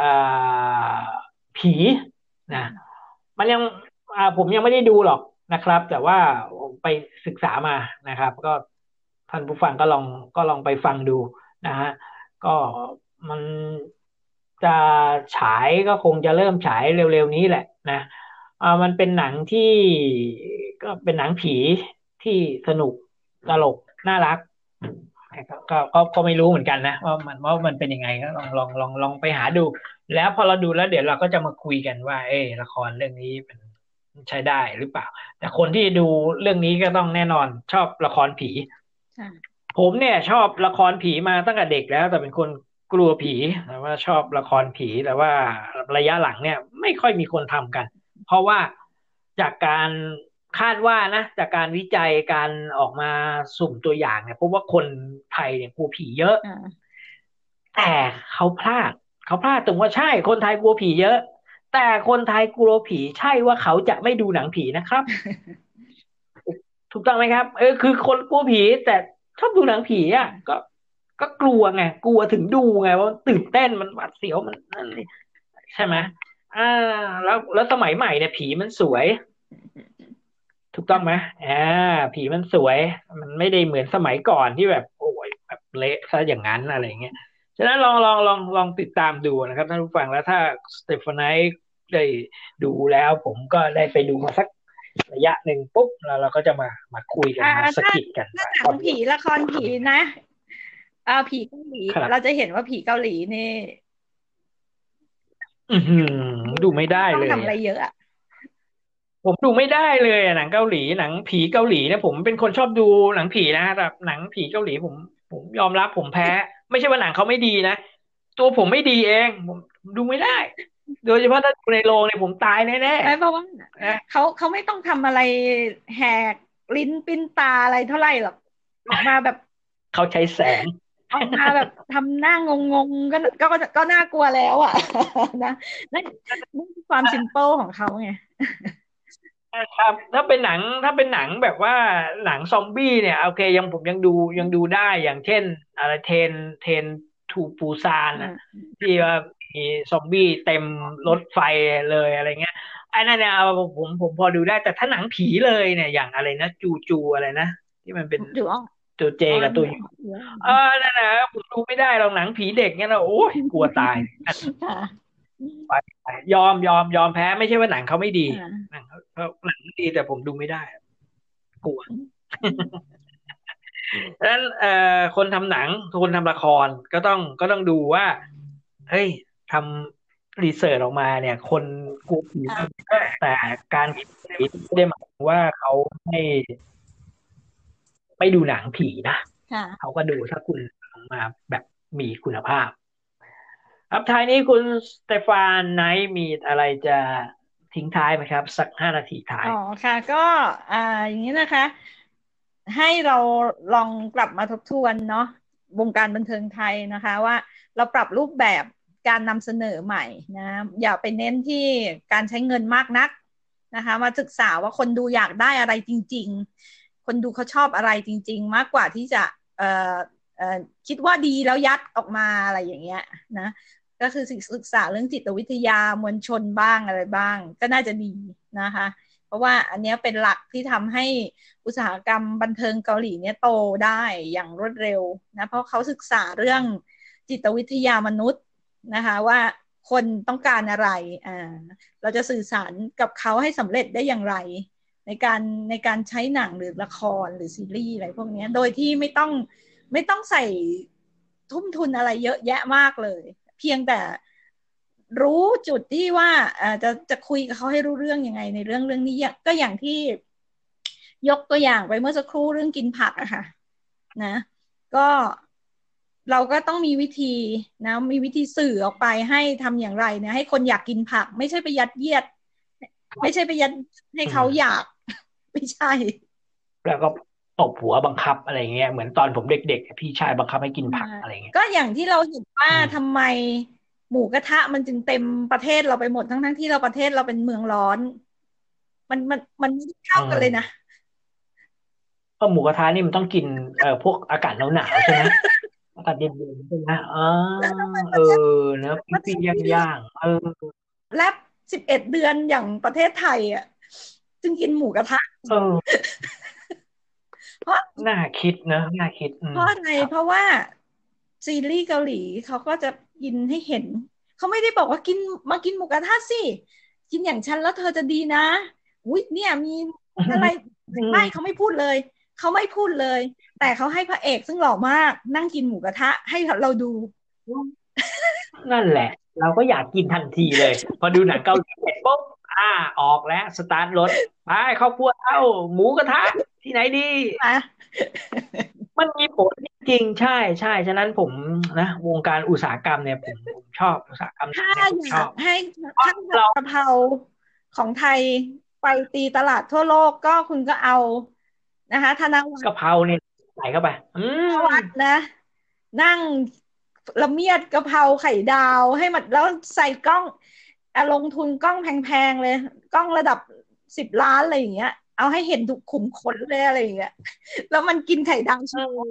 ผีนะมันยังผมยังไม่ได้ดูหรอกนะครับแต่ว่าไปศึกษามานะครับก็ท่านผู้ฟังก็ลองไปฟังดูนะฮะก็มันจะฉายก็คงจะเริ่มฉายเร็วๆนี้แหละนะมันเป็นหนังที่ก็เป็นหนังผีที่สนุกตลกน่ารักก็ไม่รู้เหมือนกันนะว่ามันเป็นยังไงก็ลองไปหาดูแล้วพอเราดูแล้วเดี๋ยวเราก็จะมาคุยกันว่าละครเรื่องนี้เป็นใช้ได้หรือเปล่าแต่คนที่ดูเรื่องนี้ก็ต้องแน่นอนชอบละครผีผมเนี่ยชอบละครผีมาตั้งแต่เด็กแล้วแต่เป็นคนกลัวผีแต่ว่าชอบละครผีแต่ว่าระยะหลังเนี่ยไม่ค่อยมีคนทำกันเพราะว่าจากการคาดว่านะจากการวิจัยการออกมาสุ่มตัวอย่างเนี่ยพบว่าคนไทยเนี่ยกลัวผีเยอะอ่าแต่เขาพลาดเขาพลาดตรงว่าใช่คนไทยกลัวผีเยอะแต่คนไทยกลัวผีใช่ว่าเขาจะไม่ดูหนังผีนะครับ ถูกต้องไหมครับคือคนกลัวผีแต่ชอบดูหนังผีอ่ะก็กลัวไงกลัวถึงดูไงว่าตื่นเต้นมันหวาดเสียวมันนั่นนี่ใช่ไหมอ่าแล้วสมัยใหม่เนี่ยผีมันสวยถูกต้องไหมอ่าผีมันสวยมันไม่ได้เหมือนสมัยก่อนที่แบบโอ้ยแบบเละซะอย่างนั้นอะไรอย่างเงี้ยฉะนั้นลองติดตามดูนะครับท่านผู้ฟังแล้วถ้าสเตฟานายได้ดูแล้วผมก็ได้ไปดูมาสักระยะหนึ่งปุ๊บแล้วเราก็จะมาคุยกันมาสะถ้ากิดกันหนังผีละครผีนะผีเกาหลีครับเราจะเห็นว่าผีเกาหลีนี่อือหือดูดูไม่ได้ไม่ต้องทำเลยอ่ะอะไรเยอะอ่ะผมดูไม่ได้เลยอะหนังเกาหลีหนังผีเกาหลีเนี่ยผมเป็นคนชอบดูหนังผีนะแต่หนังผีเกาหลีผมยอมรับผมแพ้ไม่ใช่ว่าหนังเขาไม่ดีนะตัวผมไม่ดีเองผมดูไม่ได้โดยเฉพาะถ้าดูในโรงเนี่ยผมตายแน่ไม่เพราะว่าๆนะเขาไม่ต้องทำอะไรแหกลิ้นปิ้นตาอะไรเท่าไหร่หรอกออกมาแบบเขาใช้แสงออกมาแบบทำหน้างงๆก็น่ากลัวแล้วอ่ะนะนั่นคือความซิมเปิลของเขาไงครับถ้าเป็นหนังแบบว่าหนังซอมบี้เนี่ยโอเคผมยังดูได้อย่างเช่นอะไรเทรนทูปูซานนะอ่าที่ว่ามีซอมบี้เต็มรถไฟเลยอะไรเงี้ยไอ้นั่นเนี่ยผมพอดูได้แต่ถ้าหนังผีเลยเนี่ยอย่างอะไรนะจูอะไรนะที่มันเป็นอยู่ตัวเจออนกับตัวยูนั่นนะผมดูไม่ได้หรอกหนังผีเด็กเนี่ยนะโอ้ยกลัวตายค่ะไปยอมแพ้ไม่ใช่ว่าหนังเขาไม่ดีอ่าหนังดีแต่ผมดูไม่ได้กลัว ดังนั้นคนทำหนังคนทำละครก็ต้องดูว่าเฮ้ยทำรีเสิร์ชออกมาเนี่ยคนกลัวผีมันเยอะแต่การกลัวผีไม่ได้หมายถึงว่าเขาไม่ไม่ดูหนังผีนะเขาค่ะก็ดูถ้าคุณทำมาแบบมีคุณภาพครับท้ายนี้คุณสเตฟานไนท์มีอะไรจะทิ้งท้ายไหมครับสัก5 นาทีท้ายอ๋อค่ะก็อ่าอย่างนี้นะคะให้เราลองกลับมาทบทวนเนาะวงการบันเทิงไทยนะคะว่าเราปรับรูปแบบการนำเสนอใหม่นะอย่าไปเน้นที่การใช้เงินมากนักนะคะมาศึกษาว่าคนดูอยากได้อะไรจริงๆคนดูเขาชอบอะไรจริงๆมากกว่าที่จะเอ่อเอ่อคิดว่าดีแล้วยัดออกมาอะไรอย่างเงี้ยนะก็คือศึกษาเรื่องจิตวิทยามวลชนบ้างอะไรบ้างก็น่าจะดีนะคะ เพราะว่าอันนี้เป็นหลักที่ทำให้อุตสาหกรรมบันเทิงเกาหลีเนี่ยโตได้อย่างรวดเร็วนะเพราะเขาศึกษาเรื่องจิตวิทยามนุษย์นะคะว่าคนต้องการอะไรอ่าเราจะสื่อสารกับเขาให้สำเร็จได้อย่างไรในการในการใช้หนังหรือละครหรือซีรีส์อะไรพวกนี้โดยที่ไม่ต้องใส่ทุ่มทุนอะไรเยอะแยะมากเลยเพียงแต่รู้จุดที่ว่าจะคุยกับเขาให้รู้เรื่องยังไงในเรื่องนี้ก็อย่างที่ยกตัวอย่างไปเมื่อสักครู่เรื่องกินผักอะค่ะนะก็เราก็ต้องมีวิธีนะมีวิธีสื่อออกไปให้ทำอย่างไรนะให้คนอยากกินผักไม่ใช่ไปยัดเยียดไม่ใช่ไปยัดให้อืเขาอยามกไม่ใช่แล้วก็ตบหัวบังคับอะไรเงี้ยเหมือนตอนผมเด็กๆพี่ชายบังคับให้กินผักอะไรเงี้ยก็อย่างที่เราเห็นว่าอืมทำไมหมูกระทะมันจึงเต็มประเทศเราไปหมดทั้งที่เราประเทศเราเป็นเมืองร้อนมันไม่ได้อืเข้ากันเลยนะมก็หมูกระทะนี่มันต้องกินพวกอากาศหนาวๆใช่ไหมอากาศเย็นๆใช่ไหมแล้วทำไมเออประเทศเนื้อประเทปิ้งศที่ๆย่างๆแลบ11 เดือนอย่างประเทศไทยอ่ะจึงกินหมูกระทะเออเพราะน่าคิดนะน่าคิดเพราะอะไรครับเพราะว่าซีรีส์เกาหลีเขาก็จะกินให้เห็นเขาไม่ได้บอกว่ากินมากินหมูกระทะสิกินอย่างฉันแล้วเธอจะดีนะอุ้ยเนี่ยมีอะไรอืไม่เขามไม่พูดเลยเขาไม่พูดเลยแต่เขาให้พระเอกซึ่งหล่อมากนั่งกินหมูกระทะให้เราดูนั่นแหละเราก็อยากกินทันทีเลยพอดูหนังเกาหลีเสร็จปุ๊บออกแล้วสตาร์ทรถไปครอบครัวเอ้าหมูกระทะที่ไหนดีมามันมีผลจริงใช่ใช่ฉะนั้นผมนะวงการอุตสาหกรรมเนี่ยผมชอบอุตสาหกรรมหนัถ้างเนี่ยผมอชยาอก บให้เพราะถ้าเรากะเพราของไทยไปตีตลาดทั่วโลกก็คุณก็เอานะคะธนวัฒกะน์เพราเนี่ยใส่เข้าไปธนวัฒน์นะ นั่งละเมียดกะเพราไข่ดาวให้มันแล้วใส่กล้องลงทุนกล้องแพงๆเลย กล้องระดับ10 ล้านอะไรอย่างเงี้ย เอาให้เห็นทุกขุมขนเลยอะไรอย่างเงี้ย แล้วมันกินไข่ดาวโชว์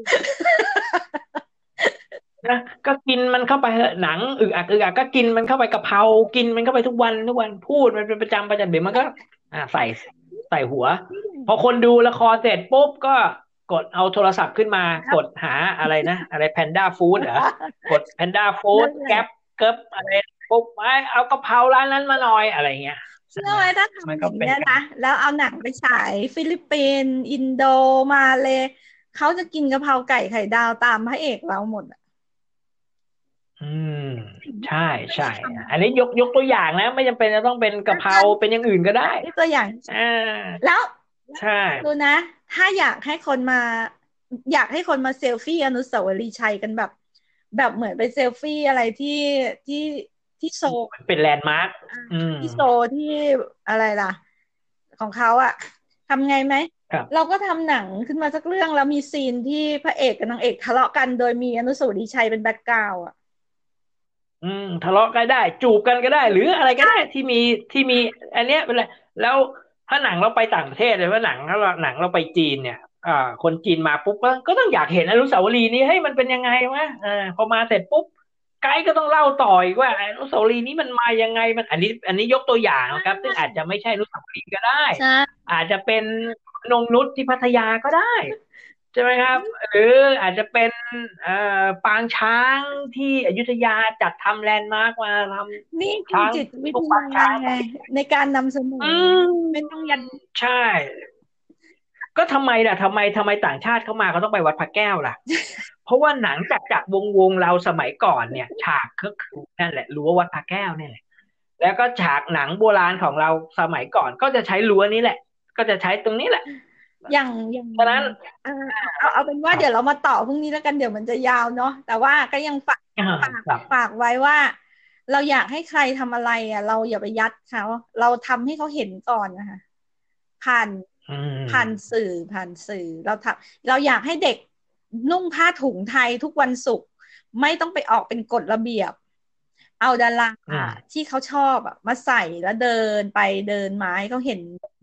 นะก็กินมันเข้าไปเถอะหนังอึกอักก็กินมันเข้าไปกะเพรากินมันเข้าไปทุกวันพูดมันเป็นประจำเดี๋ยวมันก็ใส่หัว พอคนดูละครเสร็จปุ๊บก็กดเอาโทรศัพท์ขึ้นมากดหาอะไรนะอะไรแพนด้าฟู้ดเหรอกดแพนด้าฟู้ดแก๊ปเกิบอะไรปุ๊บเอากะเพราร้านนั้นมาหน่อยอะไรเงี้ยเชื่อไหมถ้าทำอย่างนี้นะแล้วเอาหนังไปฉายฟิลิปปินส์อินโดมาเลยเขาจะกินกะเพราไก่ไข่ดาวตามพระเอกเราหมดใช่ใช่อันนี้ยกตัวอย่างนะไม่จำเป็นจะต้องเป็นกะเพราเป็นอย่างอื่นก็ได้ตัวอย่างแล้วใช่ดูนะถ้าอยากให้คนมาเซลฟี่อนุสาวรีย์ชัยกันแบบเหมือนไปเซลฟี่อะไรที่โซเป็นแลนด์มาร์คที่โซที่อะไรล่ะของเขาอะทำไงไหมเราก็ทำหนังขึ้นมาสักเรื่องแล้วมีซีนที่พระเอกกับนางเอกทะเลาะกันโดยมีอนุสาวรีย์ชัยเป็นแบ็คกราวด์อะทะเลาะกันได้จูบกันก็ได้หรืออะไรก็ได้ที่มีอันเนี้ยเป็นไรแล้วถ้าหนังเราไปต่างประเทศเลยว่าหนังเราไปจีนเนี่ยคนจีนมาปุ๊บก็ต้องอยากเห็นอนุสาวรีย์นี้ให้มันเป็นยังไงวะพอมาเสร็จปุ๊บไกด์ก็ต้องเล่าต่ออีกว่าอนุสาวรีย์นี้มันมายังไงมันอันนี้ยกตัวอย่างนะครับซึ่งอาจจะไม่ใช่อนุสาวรีย์ก็ได้อาจจะเป็นนงนุชที่พัทยาก็ได้ใช่ไหมครับหรืออาจจะเป็นปางช้างที่อยุธยาจัดทำแลนด์มาร์กมาทำนี่คือจิตวิทยาไงในการนำเสนอไม่ต้องยันใช่ก็ทำไมล่ะทำไมต่างชาติเข้ามาเขาต้องไปวัดพระแก้วล่ะ เพราะว่าหนังจากวงเราสมัยก่อนเนี่ยฉากก็คือนั่นแหละรั้ววัดพระแก้วเนี่ยแหละแล้วก็ฉากหนังโบราณของเราสมัยก่อนก็จะใช้รั้วนี้แหละก็จะใช้ตรงนี้แหละอย่างฉะนั้นเอาเป็นว่าเดี๋ยวเรามาต่อพรุ่งนี้แล้วกันเดี๋ยวมันจะยาวเนาะแต่ว่าก็ยังฝากไว้ว่าเราอยากให้ใครทำอะไรอ่ะเราอย่าไปยัดเขาเราทำให้เขาเห็นก่อนนะคะผ่านสื่อเราอยากให้เด็กนุ่งผ้าถุงไทยทุกวันศุกร์ไม่ต้องไปออกเป็นกฎระเบียบเอาดาราที่เขาชอบมาใส่แล้วเดินไปเดินมาให้เขาเห็น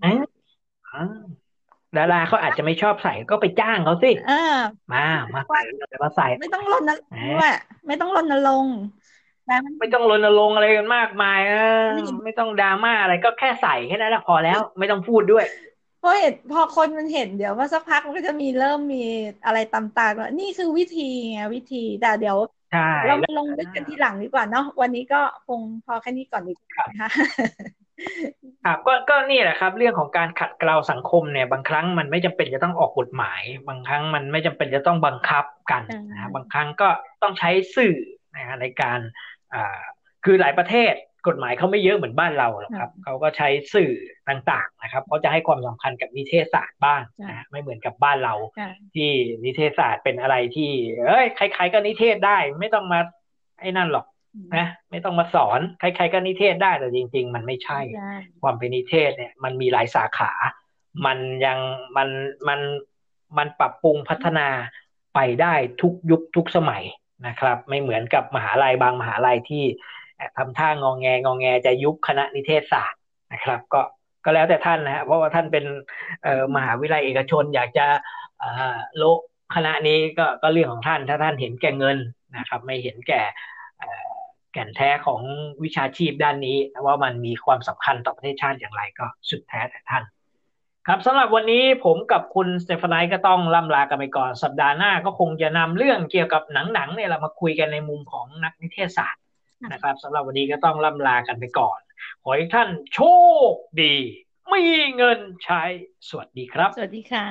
ดาราเขาอาจจะไม่ชอบใส่ก็ไปจ้างเขาสิมาใส่ไม่ต้องรณรงค์ด้วยไม่ต้องรณรงค์ไม่ต้องรณรงค์อะไรกันมากมายไม่ต้องดราม่าอะไรก็แค่ใส่แค่นั้นแหละพอแล้วไม่ต้องพูดด้วยพอคนมันเห็นเดี๋ยวว่าสักพักมันก็จะเริ่มมีอะไรตามๆว่านี่คือวิธีแต่เดี๋ยวเรามาลงลึกกันทีหลังดีกว่าเนาะวันนี้ก็คงพอแค่นี้ก่อนดีกว่านะคะครับก็นี่แหละครับเรื่องของการขัดเกลาสังคมเนี่ยบางครั้งมันไม่จำเป็นจะต้องออกกฎหมายบางครั้งมันไม่จำเป็นจะต้องบังคับกันนะบางครั้งก็ต้องใช้สื่อนะในการคือหลายประเทศกฎหมายเขาไม่เยอะเหมือนบ้านเราหรอกครับเขาก็ใช้สื่อต่างๆนะครับเขาจะให้ความสำคัญกับนิเทศศาสตร์บ้างนะไม่เหมือนกับบ้านเราที่นิเทศศาสตร์เป็นอะไรที่ใครๆก็นิเทศได้ไม่ต้องมาไอ้นั่นหรอกนะไม่ต้องมาสอนใครๆก็นิเทศได้แต่จริงๆมันไม่ใช่ความเป็นนิเทศเนี่ยมันมีหลายสาขามันยังมันปรับปรุงพัฒนาไปได้ทุกยุคทุกสมัยนะครับไม่เหมือนกับมหาลัยบางมหาลัยที่ทำท่างอแงจะยุบคณะนิเทศศาสตร์นะครับก็แล้วแต่ท่านนะฮะเพราะว่าท่านเป็นมหาวิทยาลัยเอกชนอยากจะโละคณะนี้ก็เรื่องของท่านถ้าท่านเห็นแก่เงินนะครับไม่เห็นแก่แก่นแท้ของวิชาชีพด้านนี้ว่ามันมีความสำคัญต่อประเทศชาติอย่างไรก็สุดแท้แต่ท่านครับสำหรับวันนี้ผมกับคุณสเตฟานายก็ต้องล่ำลากันไปก่อนสัปดาห์หน้าก็คงจะนำเรื่องเกี่ยวกับหนังเนี่ยเรามาคุยกันในมุมของนักนิเทศศาสตร์นะครับสำหรับวันนี้ก็ต้องล่ำลากันไปก่อนขอให้ท่านโชคดีมีเงินใช้สวัสดีครับสวัสดีค่ะ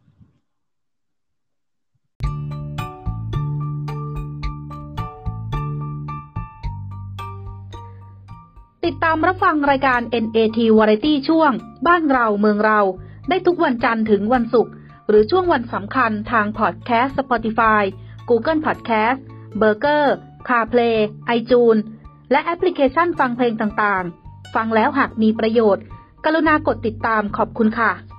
ติดตามรับฟังรายการ NAT Variety ช่วงบ้านเราเมืองเราได้ทุกวันจันทร์ถึงวันศุกร์หรือช่วงวันสำคัญทางพอดแคสต์ Spotify, Google Podcast, Breaker, CarPlay, iTunes และแอปพลิเคชันฟังเพลงต่างๆฟังแล้วหากมีประโยชน์กรุณากดติดตามขอบคุณค่ะ